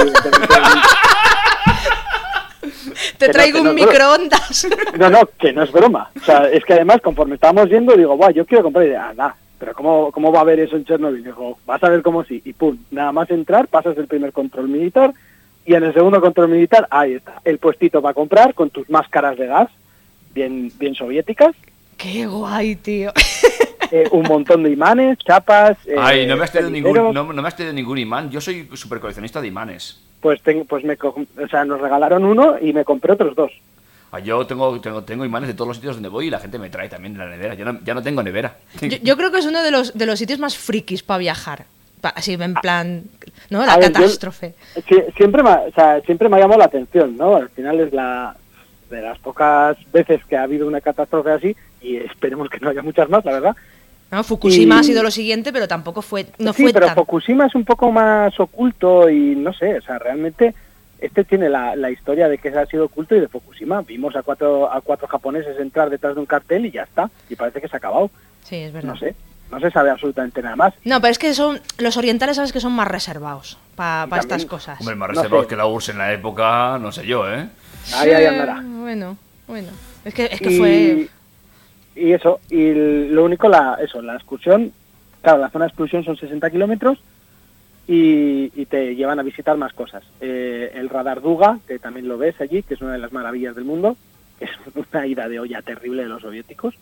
Te traigo un microondas. No, que no es broma. O sea, es que además, conforme estábamos yendo, digo, yo quiero comprar. Y digo, pero ¿cómo va a haber eso en Chernobyl? Y digo, vas a ver cómo sí. Y pum, nada más entrar, pasas el primer control militar. Y en el segundo control militar, ahí está, el puestito para comprar con tus máscaras de gas, bien soviéticas. ¡Qué guay, tío! Un montón de imanes, chapas... Ay, no me has traído ningún imán. Yo soy súper coleccionista de imanes. Nos regalaron uno y me compré otros 2. Yo tengo imanes de todos los sitios donde voy y la gente me trae también de la nevera. Ya no tengo nevera. Yo creo que es uno de los sitios más frikis para viajar. Así en plan, ¿no? La catástrofe. Siempre me ha llamado la atención, ¿no? Al final es de las pocas veces que ha habido una catástrofe así, y esperemos que no haya muchas más, la verdad. No, Fukushima ha sido lo siguiente, pero tampoco fue pero tan... Fukushima es un poco más oculto y no sé, o sea, realmente este tiene la historia de que ha sido oculto y de Fukushima. Vimos a cuatro japoneses entrar detrás de un cartel y ya está, y parece que se ha acabado. Sí, es verdad. No se sabe absolutamente nada más. No, pero es que los orientales, sabes que son más reservados para estas cosas. Hombre, más reservados que la URSS en la época, no sé yo, ¿eh? Ahí andará. Bueno. Es que fue... Y eso, y lo único, la excursión, claro, la zona de exclusión son 60 kilómetros y te llevan a visitar más cosas. El radar Duga, que también lo ves allí, que es una de las maravillas del mundo, que es una ida de olla terrible de los soviéticos.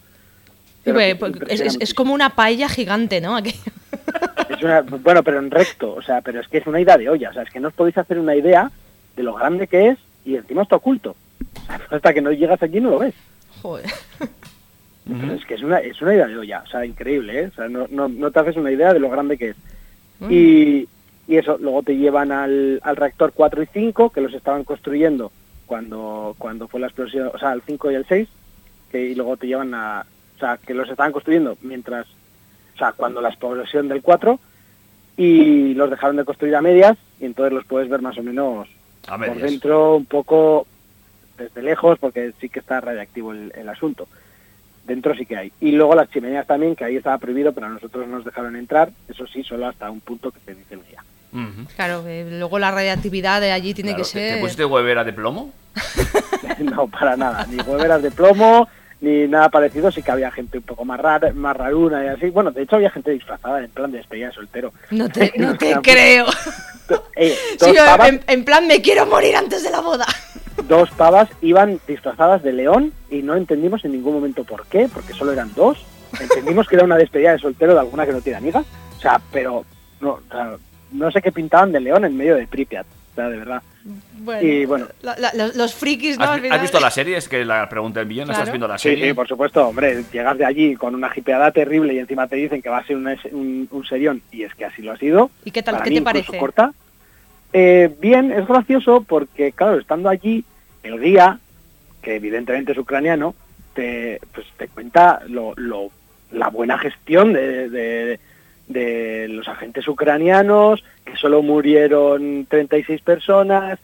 Es como una paella gigante, ¿no? Aquí. Bueno, pero en recto, o sea, pero es que es una ida de olla, o sea, es que no os podéis hacer una idea de lo grande que es y encima está oculto. O sea, hasta que no llegas aquí no lo ves. Joder. Es que es una idea de olla, o sea, increíble, ¿eh? O sea, no te haces una idea de lo grande que es. Y eso, luego te llevan al reactor 4 y 5, que los estaban construyendo cuando fue la explosión, o sea, el 5 y el 6, y luego te llevan o sea, que los estaban construyendo cuando la explosión del 4, y los dejaron de construir a medias, y entonces los puedes ver más o menos por dentro, un poco desde lejos, porque sí que está radiactivo el asunto. Dentro sí que hay. Y luego las chimeneas también, que ahí estaba prohibido, pero a nosotros nos dejaron entrar, eso sí, solo hasta un punto que te dice el guía. Claro, que luego la radiactividad de allí tiene que ser... ¿Te pusiste huevera de plomo? No, para nada, ni hueveras de plomo, ni nada parecido. Sí que había gente un poco más raruna y así. Bueno, de hecho había gente disfrazada en plan de despedida de soltero. No te creo. Sí, en plan, me quiero morir antes de la boda. 2 pavas iban disfrazadas de león y no entendimos en ningún momento por qué, porque solo eran 2. Entendimos que era una despedida de soltero de alguna que no tiene amigas. O sea, pero no sé qué pintaban de león en medio de Pripyat. O sea, de verdad. Bueno, y bueno, los frikis, ¿no? ¿Has visto la serie? Es que la pregunta del millón, ¿estás viendo la serie? Sí, por supuesto, hombre, llegas de allí con una jipeada terrible y encima te dicen que va a ser un serión, y es que así lo ha sido. ¿Y qué tal? ¿Qué te parece? Corta. Bien, es gracioso porque, claro, estando allí, el guía, que evidentemente es ucraniano, te cuenta la buena gestión de los agentes ucranianos, que solo murieron 36 personas,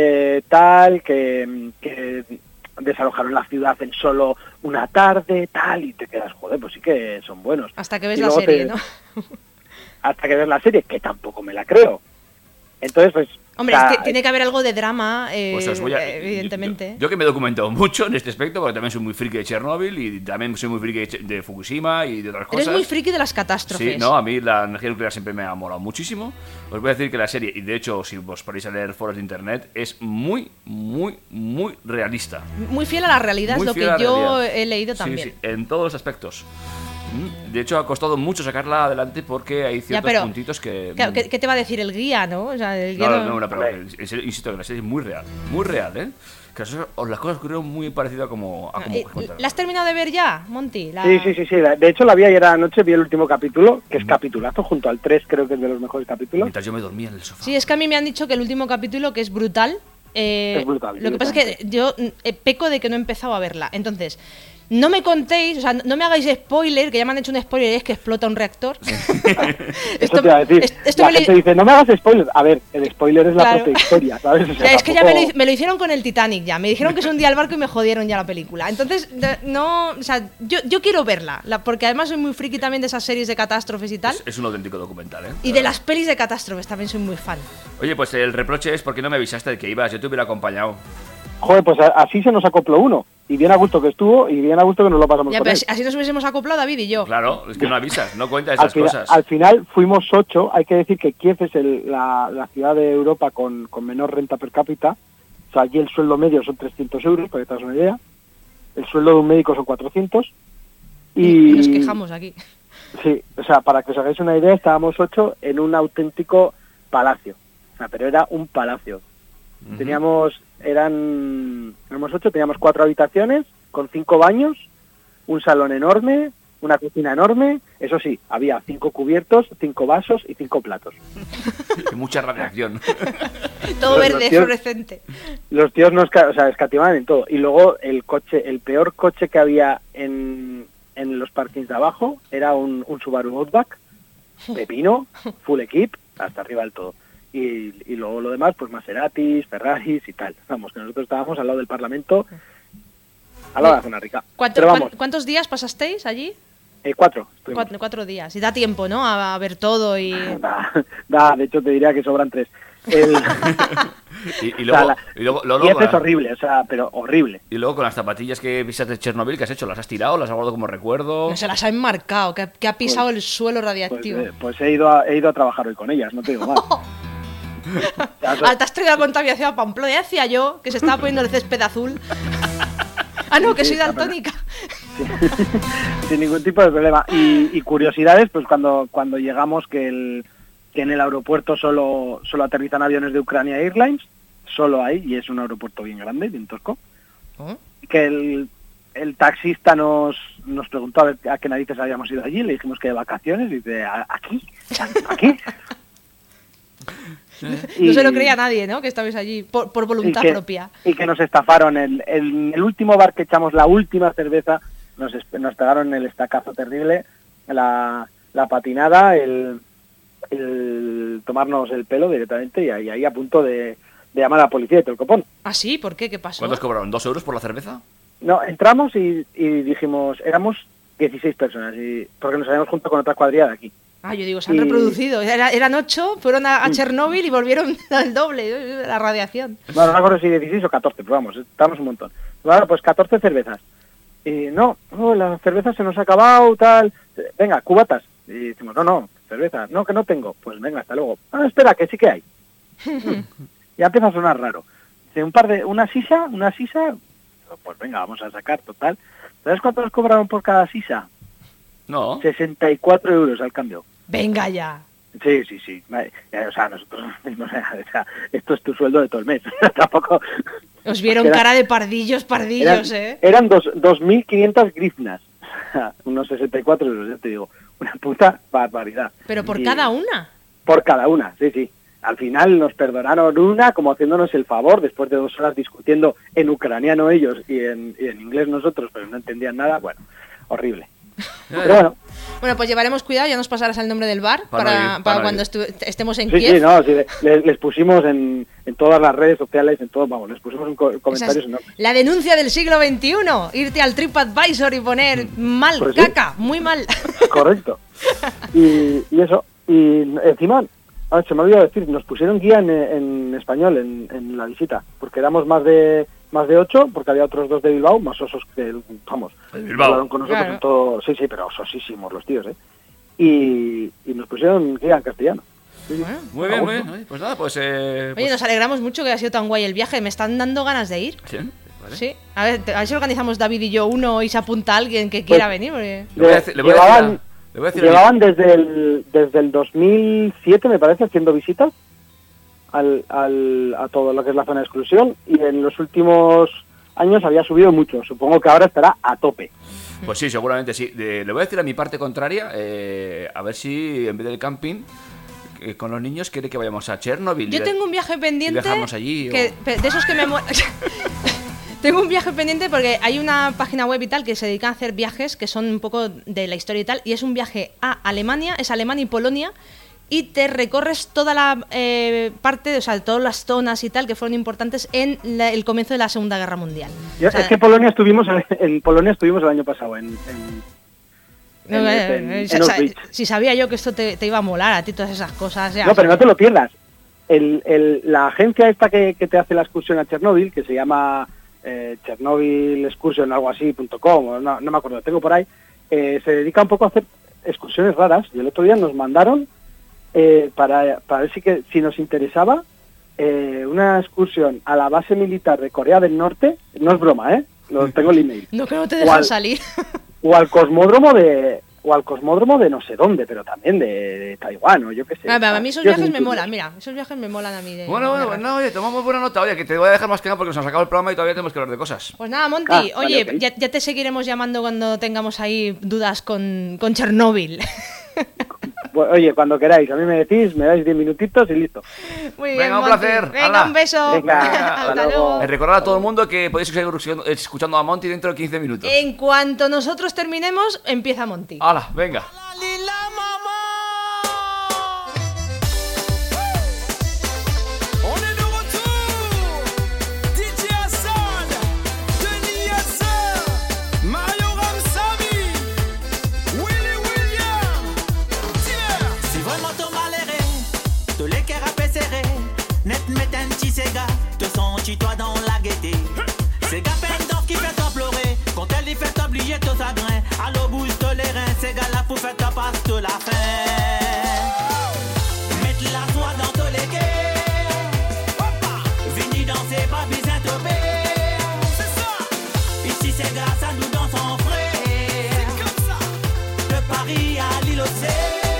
que desalojaron la ciudad en solo una tarde, tal, y te quedas, joder, pues sí que son buenos. Hasta que ves la serie, ¿no? Hasta que ves la serie, que tampoco me la creo. Entonces, pues... Hombre, tiene que haber algo de drama, evidentemente. Yo que me he documentado mucho en este aspecto, porque también soy muy friki de Chernobyl y también soy muy friki de Fukushima y de otras cosas. Eres muy friki de las catástrofes. Sí, no, a mí la energía nuclear siempre me ha molado muchísimo. Os voy a decir que la serie, y de hecho, si os ponéis a leer foros de internet, es muy, muy, muy realista. Muy fiel a la realidad, es lo que yo he leído también. Sí, en todos los aspectos. De hecho, ha costado mucho sacarla adelante porque hay ciertos puntitos que... ¿Qué te va a decir el guía, no? O sea, el guía pero insisto que la serie es muy real, ¿eh? Que las cosas ocurrieron muy parecidas a como ¿La has terminado de ver ya, Monty? Sí. De hecho, la vi ayer anoche, vi el último capítulo, que es capitulazo, junto al 3, creo que es de los mejores capítulos. Mientras yo me dormía en el sofá. Sí, es que a mí me han dicho que el último capítulo, que es brutal... es brutal. Lo que pasa es que yo peco de que no he empezado a verla. Entonces... No me contéis, o sea, no me hagáis spoiler, que ya me han hecho un spoiler y es que explota un reactor. Esto te iba a decir. La gente dice, no me hagas spoiler. A ver, el spoiler es la propia historia, ¿sabes? O sea, es que ya me lo hicieron con el Titanic ya. Me dijeron que se hundía el barco y me jodieron ya la película. Entonces, no, o sea, yo quiero verla, porque además soy muy friki también de esas series de catástrofes y tal. Es un auténtico documental, ¿eh? Y de las pelis de catástrofes también soy muy fan. Oye, pues el reproche es porque no me avisaste de que ibas, yo te hubiera acompañado. Joder, pues así se nos acopló uno. Y bien a gusto que estuvo, y bien a gusto que nos lo pasamos con él. Así nos hubiésemos acoplado David y yo. Claro, es que no avisas, no cuentas esas cosas. Al final fuimos 8, hay que decir que Kiev es la ciudad de Europa con menor renta per cápita. O sea, allí el sueldo medio son 300 euros, para que te hagas una idea. El sueldo de un médico son 400. Y nos quejamos aquí. Sí, o sea, para que os hagáis una idea, estábamos 8 en un auténtico palacio. O sea, pero era un palacio. Éramos 8, teníamos 4 habitaciones con 5 baños, un salón enorme, una cocina enorme. Eso sí, había 5 cubiertos, 5 vasos y 5 platos. Y mucha radiación. Todo verde, fluorescente. Los tíos nos escatimaban en todo. Y luego el peor coche que había en los parkings de abajo era un Subaru Outback, pepino, full equip, hasta arriba del todo. Y luego lo demás, pues Maseratis, Ferraris y tal. Vamos, que nosotros estábamos al lado del Parlamento, al lado de la zona rica. ¿Cuántos días pasasteis allí? 4. 4 días. Y da tiempo, ¿no? A ver todo y... Da, de hecho te diría que sobran 3. y luego es horrible, pero horrible. Y luego con las zapatillas que pisaste de Chernobyl, ¿qué has hecho? ¿Las has tirado? ¿Las has guardado como recuerdo? No, se las ha enmarcado, que ha pisado el suelo radiactivo. Pues he ido a trabajar hoy con ellas, no te digo más. Te has traído la contaminación a Pamplona. Ya decía yo que se estaba poniendo el césped azul. No, que soy daltónica. Sin ningún tipo de problema. Y curiosidades, pues cuando llegamos que en el aeropuerto solo aterrizan aviones de Ucrania Airlines, solo hay, y es un aeropuerto bien grande, bien tosco. Que el taxista nos preguntó a qué narices habíamos ido allí, le dijimos que de vacaciones, y dice, ¿aquí? No se lo creía nadie, ¿no? Que estabais allí por voluntad propia. Y que nos estafaron. El último bar que echamos la última cerveza, nos pegaron el estacazo terrible, la patinada, el tomarnos el pelo directamente, y ahí a punto de llamar a la policía de todo el copón. ¿Ah, sí? ¿Por qué? ¿Qué pasó? ¿Cuántos cobraron? ¿2 euros por la cerveza? No, entramos y dijimos, éramos 16 personas, porque nos habíamos juntado con otra cuadrilla de aquí. Yo digo, se han reproducido. Eran 8, fueron a Chernóbil y volvieron al doble, la radiación. Bueno, no me acuerdo si 16 o 14, pero vamos, estamos un montón. Bueno, pues 14 cervezas. Y no, la cerveza se nos ha acabado, tal. Venga, cubatas. Y decimos, no, cerveza. No, que no tengo. Pues venga, hasta luego. Espera, que sí que hay. Ya empieza a sonar raro. Dice, una sisa. Pues venga, vamos a sacar, total. ¿Sabes cuánto nos cobraron por cada sisa? No. 64 euros al cambio. Venga ya. Sí. Nosotros, esto es tu sueldo de todo el mes. Tampoco. Os vieron cara de pardillos, Eran 2.500 grivnas. Unos 64 euros, ya te digo. Una puta barbaridad. ¿Pero por cada una? Por cada una, sí. Al final nos perdonaron una, como haciéndonos el favor, después de 2 horas discutiendo en ucraniano ellos y en inglés nosotros, pero no entendían nada. Bueno, horrible. Pero bueno, pues llevaremos cuidado, ya nos pasarás el nombre del bar para cuando estemos en Kiev. Sí, les pusimos en todas las redes sociales, les pusimos en comentarios enormes. La denuncia del siglo XXI, irte al TripAdvisor y poner mal, pues caca, sí. Muy mal. Correcto. Y eso, y encima, se me ha olvidado decir, nos pusieron guía en español en la visita, porque éramos más de 8, porque había otros 2 de Bilbao, más osos que, hablaron con nosotros en todo. Sí, pero ososísimos los tíos, y nos pusieron guía en castellano. Sí, muy bien. Pues nada, Oye, nos alegramos mucho que haya sido tan guay el viaje, me están dando ganas de ir. Sí, vale. Sí, a ver si organizamos David y yo uno y se apunta a alguien que quiera venir. Porque... Llevaban desde el 2007, me parece, haciendo visitas a todo lo que es la zona de exclusión, y en los últimos años había subido mucho. Supongo que ahora estará a tope. Pues sí, seguramente sí. Le voy a decir a mi parte contraria, a ver si en vez del camping con los niños quiere que vayamos a Chernobyl. Yo tengo un viaje pendiente. Dejarnos allí. De esos que me tengo un viaje pendiente porque hay una página web y tal que se dedica a hacer viajes que son un poco de la historia y tal, y es un viaje a Alemania, es Alemania y Polonia, y te recorres toda la parte, todas las zonas y tal que fueron importantes en el comienzo de la Segunda Guerra Mundial. Es que en Polonia estuvimos el año pasado, si sabía yo que esto te iba a molar a ti, todas esas cosas. No, pero no te lo pierdas. La agencia esta que te hace la excursión a Chernóbil, que se llama Chernobyl Excursion, algo así.com, no me acuerdo, tengo por ahí, se dedica un poco a hacer excursiones raras, y el otro día nos mandaron para ver si nos interesaba una excursión a la base militar de Corea del Norte. No es broma, tengo el email. No, que no te dejan salir. O al cosmódromo de o al cosmódromo de no sé dónde, pero también de Taiwán, o yo qué sé. A mí esos viajes me molan, mira, esos viajes me molan a mí. Bueno, oye, tomamos buena nota, oye, que te voy a dejar más que nada porque nos ha acabado el programa y todavía tenemos que hablar de cosas. Pues nada, Monty, oye, vale, okay. ya te seguiremos llamando cuando tengamos ahí dudas con Chernóbil. Pues, oye, cuando queráis, a mí me decís, me dais 10 minutitos y listo. Muy bien, venga, un Monty. placer. Venga, Hala. un beso. Venga, hasta luego. Recordad a todo el mundo que podéis seguir escuchando a Monty dentro de 15 minutos. En cuanto nosotros terminemos, empieza Monty. ¡Hala, venga! Toi dans la gaieté, c'est gars peine d'or qui fait toi pleurer. Quand elle y fait t'oublier ton chagrin. Allô bouge les reins, c'est gars là pour faire ta passe de la fin. Mettre la soie dans tous les quais. Vini danser, pas besoin de tomber. C'est ça. Ici c'est grâce à nous dans son frère. C'est comme ça. De Paris à l'île Océan.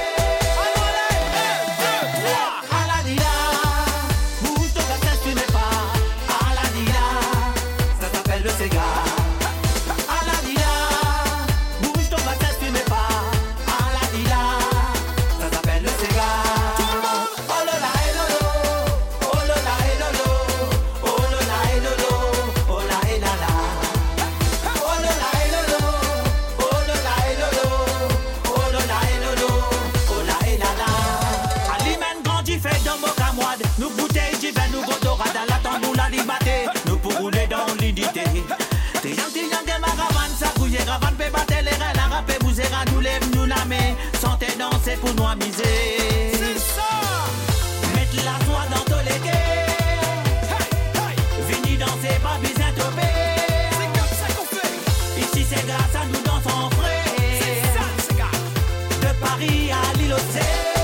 Pour nous amuser, c'est ça. Mettre la soie dans tous les quais. Vini danser, pas besoin de tomber. C'est comme ça qu'on fait. Ici c'est grâce à nous dans son frère. C'est ça, c'est grâce. De Paris à l'île Océan.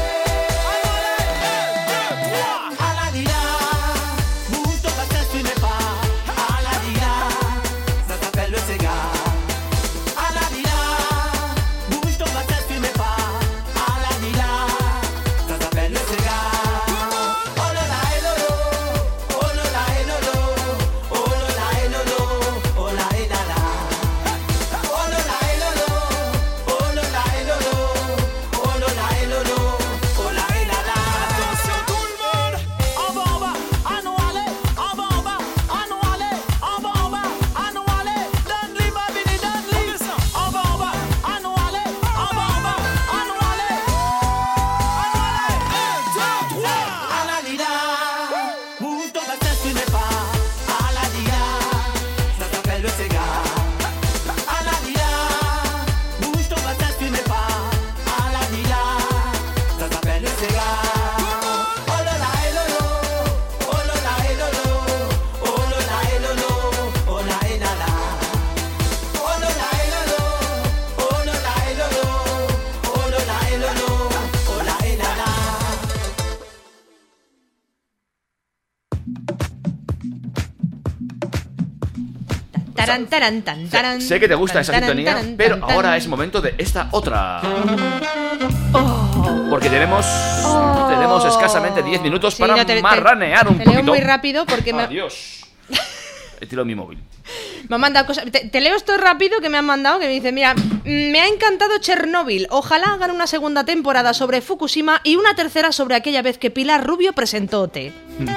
Sé que te gusta esa sintonía, pero ahora es momento de esta otra. Porque tenemos escasamente 10 minutos para marranear un poquito. Te leo muy rápido porque Adiós. He tirado mi móvil. Me han mandado cosas. Te leo esto rápido que me han mandado, que me dice, mira, me ha encantado Chernóbil. Ojalá hagan una segunda temporada sobre Fukushima y una tercera sobre aquella vez que Pilar Rubio presentó OT.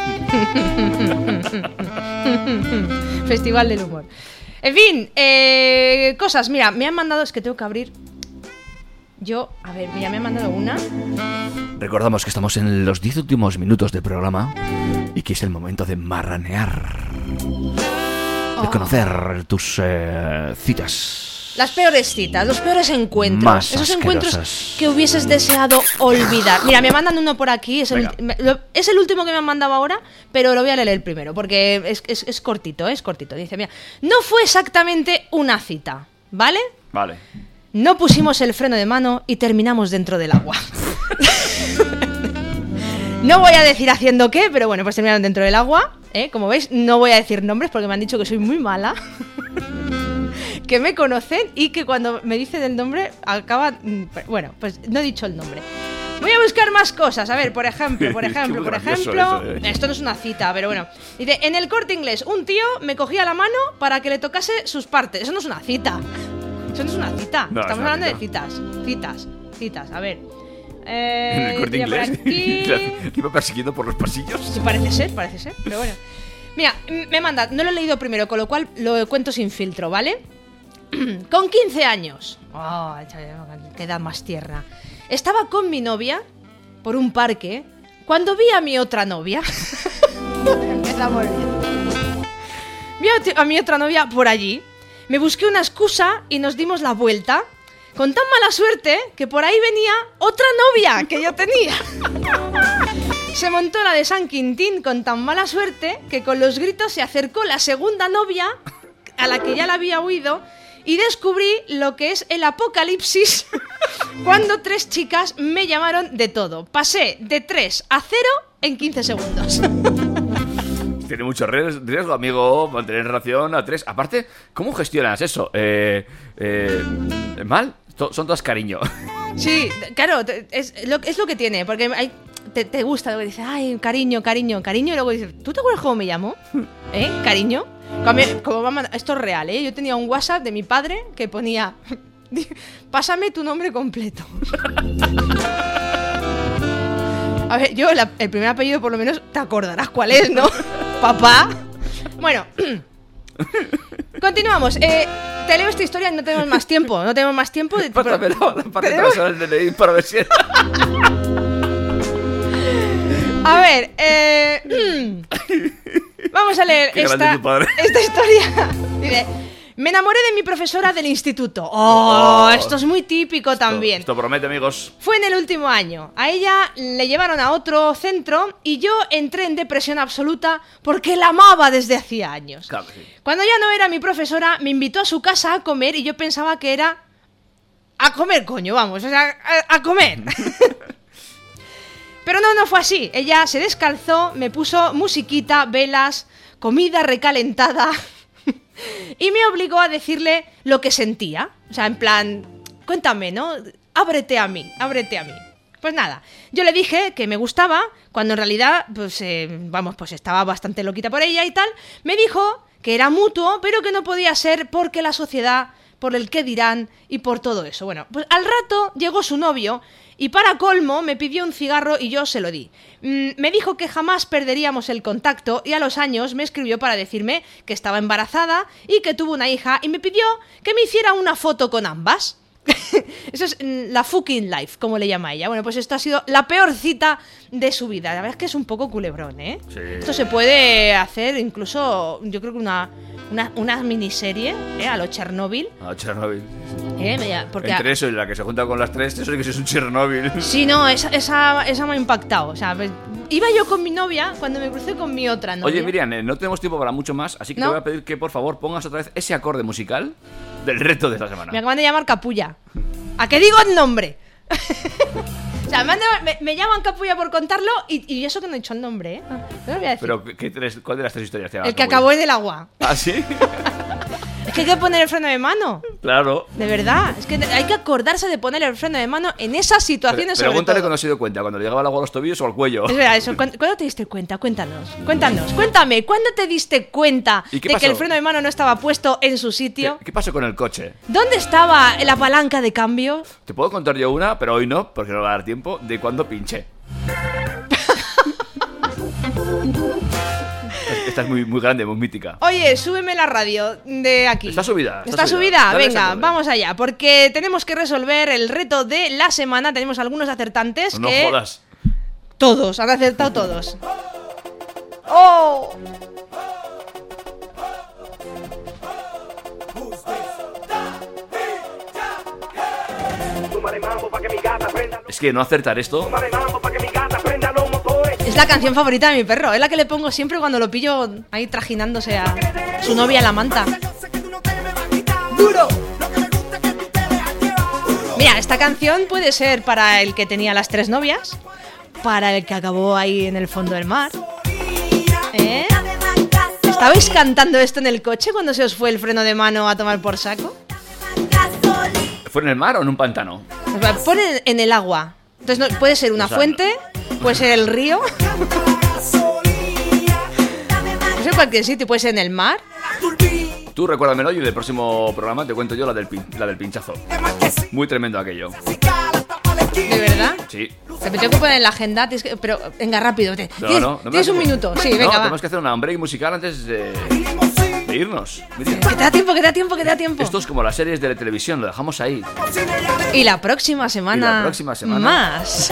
Festival del humor. En fin, cosas, mira, me han mandado, es que tengo que abrir. A ver, mira, me han mandado una. Recordamos que estamos en los 10 últimos minutos del programa y que es el momento de marranear, de conocer tus citas. Las peores citas, los peores encuentros. Más esos asquerosas. encuentros que hubieses deseado olvidar. Mira, me mandan uno por aquí, es el último que me han mandado ahora, pero lo voy a leer el primero, porque es cortito, es cortito. Dice, mira, no fue exactamente una cita, ¿vale? Vale. No pusimos el freno de mano y terminamos dentro del agua. No voy a decir haciendo qué, pero bueno, pues terminaron dentro del agua, ¿eh? Como veis, no voy a decir nombres porque me han dicho que soy muy mala. que me conocen y que cuando me dicen el nombre acaban... Bueno, pues no he dicho el nombre. Voy a buscar más cosas. A ver, por ejemplo, Eso, esto no es una cita, pero bueno. Dice, en el Corte Inglés, un tío me cogía la mano para que le tocase sus partes. Eso no es una cita. Eso no es una cita. No, Estamos es una hablando cita. de citas. A ver. En el Corte Inglés. ¿Te iba persiguiendo por los pasillos? Sí, parece ser, pero bueno. Mira, me manda, no lo he leído primero, con lo cual lo cuento sin filtro, ¿vale? Con 15 años. Oh, qué edad más tierna. Estaba con mi novia por un parque cuando vi a mi otra novia. Empezamos bien. Vi a mi otra novia por allí. Me busqué una excusa y nos dimos la vuelta. Con tan mala suerte que por ahí venía otra novia que yo tenía. Se montó la de San Quintín con tan mala suerte que con los gritos se acercó la segunda novia a la que ya la había huido y descubrí lo que es el apocalipsis cuando 3 chicas me llamaron de todo. Pasé de 3 a 0 en 15 segundos. Tiene mucho riesgo, amigo, mantener relación a 3. Aparte, ¿cómo gestionas eso? ¿Mal? Son todas cariño. Sí, claro, es lo que tiene, porque te gusta, luego dices, ay, cariño, y luego dices, ¿tú te acuerdas cómo me llamo? Cariño. Esto es real, ¿eh? Yo tenía un WhatsApp de mi padre que ponía, pásame tu nombre completo. A ver, yo el primer apellido por lo menos te acordarás cuál es, ¿no? Papá. Bueno, continuamos. Te leo esta historia y no tenemos más tiempo. Pásame la paqueta del DNI para ver si... A ver, vamos a leer esta historia. Dice, me enamoré de mi profesora del instituto. Esto es muy típico también. Esto promete, amigos. Fue en el último año. A ella le llevaron a otro centro y yo entré en depresión absoluta porque la amaba desde hacía años. Claro, sí. Cuando ya no era mi profesora, me invitó a su casa a comer y yo pensaba que era... A comer, coño, vamos, o sea, a comer. Pero no fue así. Ella se descalzó, me puso musiquita, velas, comida recalentada y me obligó a decirle lo que sentía. O sea, en plan, cuéntame, ¿no? Ábrete a mí. Pues nada, yo le dije que me gustaba, cuando en realidad, pues estaba bastante loquita por ella y tal. Me dijo que era mutuo, pero que no podía ser porque la sociedad, por el qué dirán y por todo eso. Bueno, pues al rato llegó su novio y para colmo me pidió un cigarro y yo se lo di. Me dijo que jamás perderíamos el contacto y a los años me escribió para decirme que estaba embarazada y que tuvo una hija y me pidió que me hiciera una foto con ambas. Eso es la fucking life, como le llama ella. Bueno, pues esto ha sido la peor cita de su vida. La verdad es que es un poco culebrón, ¿eh? Sí. Esto se puede hacer incluso, yo creo que una miniserie, a lo Chernobyl. A Chernobyl. Porque entre eso y la que se junta con las 3, eso sí que es un Chernobyl. Sí, no, esa me ha impactado. O sea, iba yo con mi novia cuando me crucé con mi otra novia. Oye, Miriam, no tenemos tiempo para mucho más, así que te voy a pedir que por favor pongas otra vez ese acorde musical del reto de esta semana. Me acaban de llamar Capulla. ¿A qué digo el nombre? O sea, me llaman Capulla por contarlo y eso que no he dicho el nombre, ¿eh? No lo voy a decir. Pero, ¿cuál de las 3 historias te llamas? El que acabó en el agua. ¿Ah, sí? Es que hay que poner el freno de mano. Claro. De verdad. Es que hay que acordarse de poner el freno de mano en esas situaciones. Pregúntale cuando se dio cuenta, cuando le llegaba el agua a los tobillos o al cuello. Es verdad, eso. ¿Cuándo te diste cuenta? Cuéntame. Cuéntame, ¿cuándo te diste cuenta de que el freno de mano no estaba puesto en su sitio? ¿Qué pasó con el coche? ¿Dónde estaba la palanca de cambio? Te puedo contar yo una, pero hoy no, porque no va a dar tiempo, de cuando pinché. Esta es muy, muy grande, muy mítica. Oye, súbeme la radio de aquí. Está subida. ¿Está subida? Venga, vamos allá, porque tenemos que resolver el reto de la semana. Tenemos algunos acertantes no jodas. Todos, han acertado todos. ¡Oh! Es que no acertar esto... Es la canción favorita de mi perro, es la que le pongo siempre cuando lo pillo ahí trajinándose a su novia en la manta. Mira, esta canción puede ser para el que tenía las 3 novias, para el que acabó ahí en el fondo del mar. ¿Estabais cantando esto en el coche cuando se os fue el freno de mano a tomar por saco? ¿Fue en el mar o en un pantano? Pone en el agua. Entonces puede ser una fuente, puede ser el río. No sé, cualquier sitio, puede ser en el mar. Tú recuérdamelo y en el próximo programa te cuento yo la del pinchazo. Muy tremendo aquello. ¿De verdad? Sí. Te tengo que poner en la agenda, pero venga, rápido. No, tienes un minuto. Sí, venga, va. Tenemos que hacer un break musical antes de irnos. Miriam. Que te da tiempo. Esto es como las series de la televisión, lo dejamos ahí. Y la próxima semana. Más.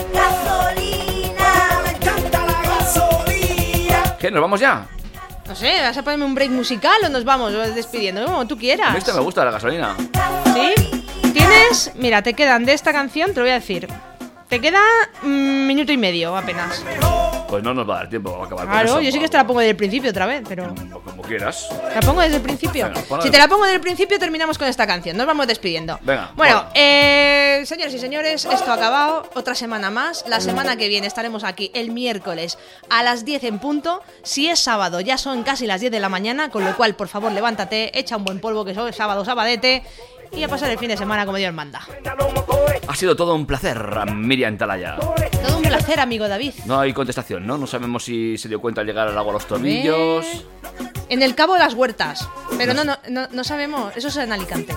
¿Qué? ¿Nos vamos ya? No sé, ¿vas a ponerme un break musical o nos vamos despidiendo? Como tú quieras. A mí me gusta la gasolina. ¿Sí? Tienes... Mira, te quedan de esta canción, te lo voy a decir. Te queda 1 minuto y medio apenas. Pues no nos va a dar tiempo a acabar con claro, eso. yo sí que te la pongo desde el principio otra vez, pero... Como quieras. ¿Te la pongo desde el principio? Venga, si te la pongo desde el principio, terminamos con esta canción. Nos vamos despidiendo. Venga. Bueno, señores y señores, esto ha acabado. Otra semana más. La semana que viene estaremos aquí el miércoles a las 10 en punto. Si es sábado, ya son casi las 10 de la mañana, con lo cual, por favor, levántate, echa un buen polvo, que es sábado, sabadete, y a pasar el fin de semana como Dios manda. Ha sido todo un placer, Miriam Talaya. Todo un placer, amigo David. No hay contestación, ¿no? No sabemos si se dio cuenta al llegar al agua a los tobillos. En el Cabo de las Huertas. Pero no sabemos. Eso es en Alicante.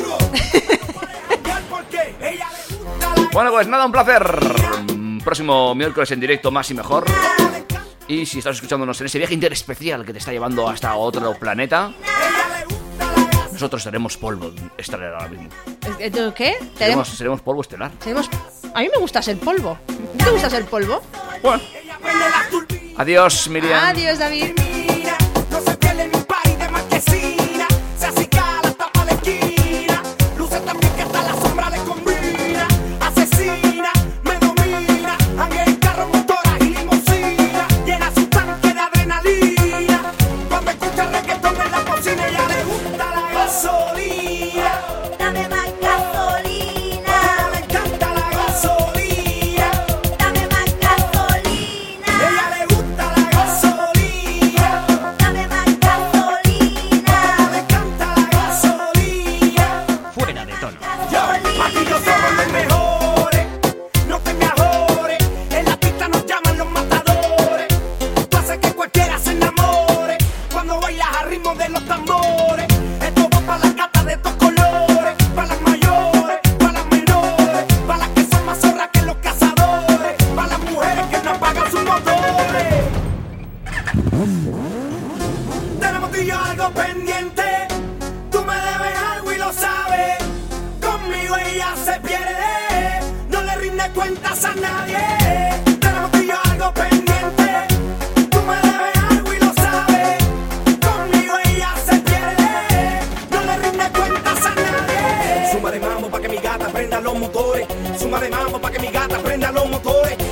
Bueno, pues nada, un placer. Próximo miércoles en directo, más y mejor. Y si estás escuchándonos en ese viaje interespecial que te está llevando hasta otro planeta, nosotros seremos polvo estelar ahora mismo. ¿Qué? Seremos polvo estelar. A mí me gusta ser polvo. ¿Te gusta ser polvo? Bueno. Adiós, Miriam. Adiós, David. Suma de mambo pa' que mi gata prenda los motores.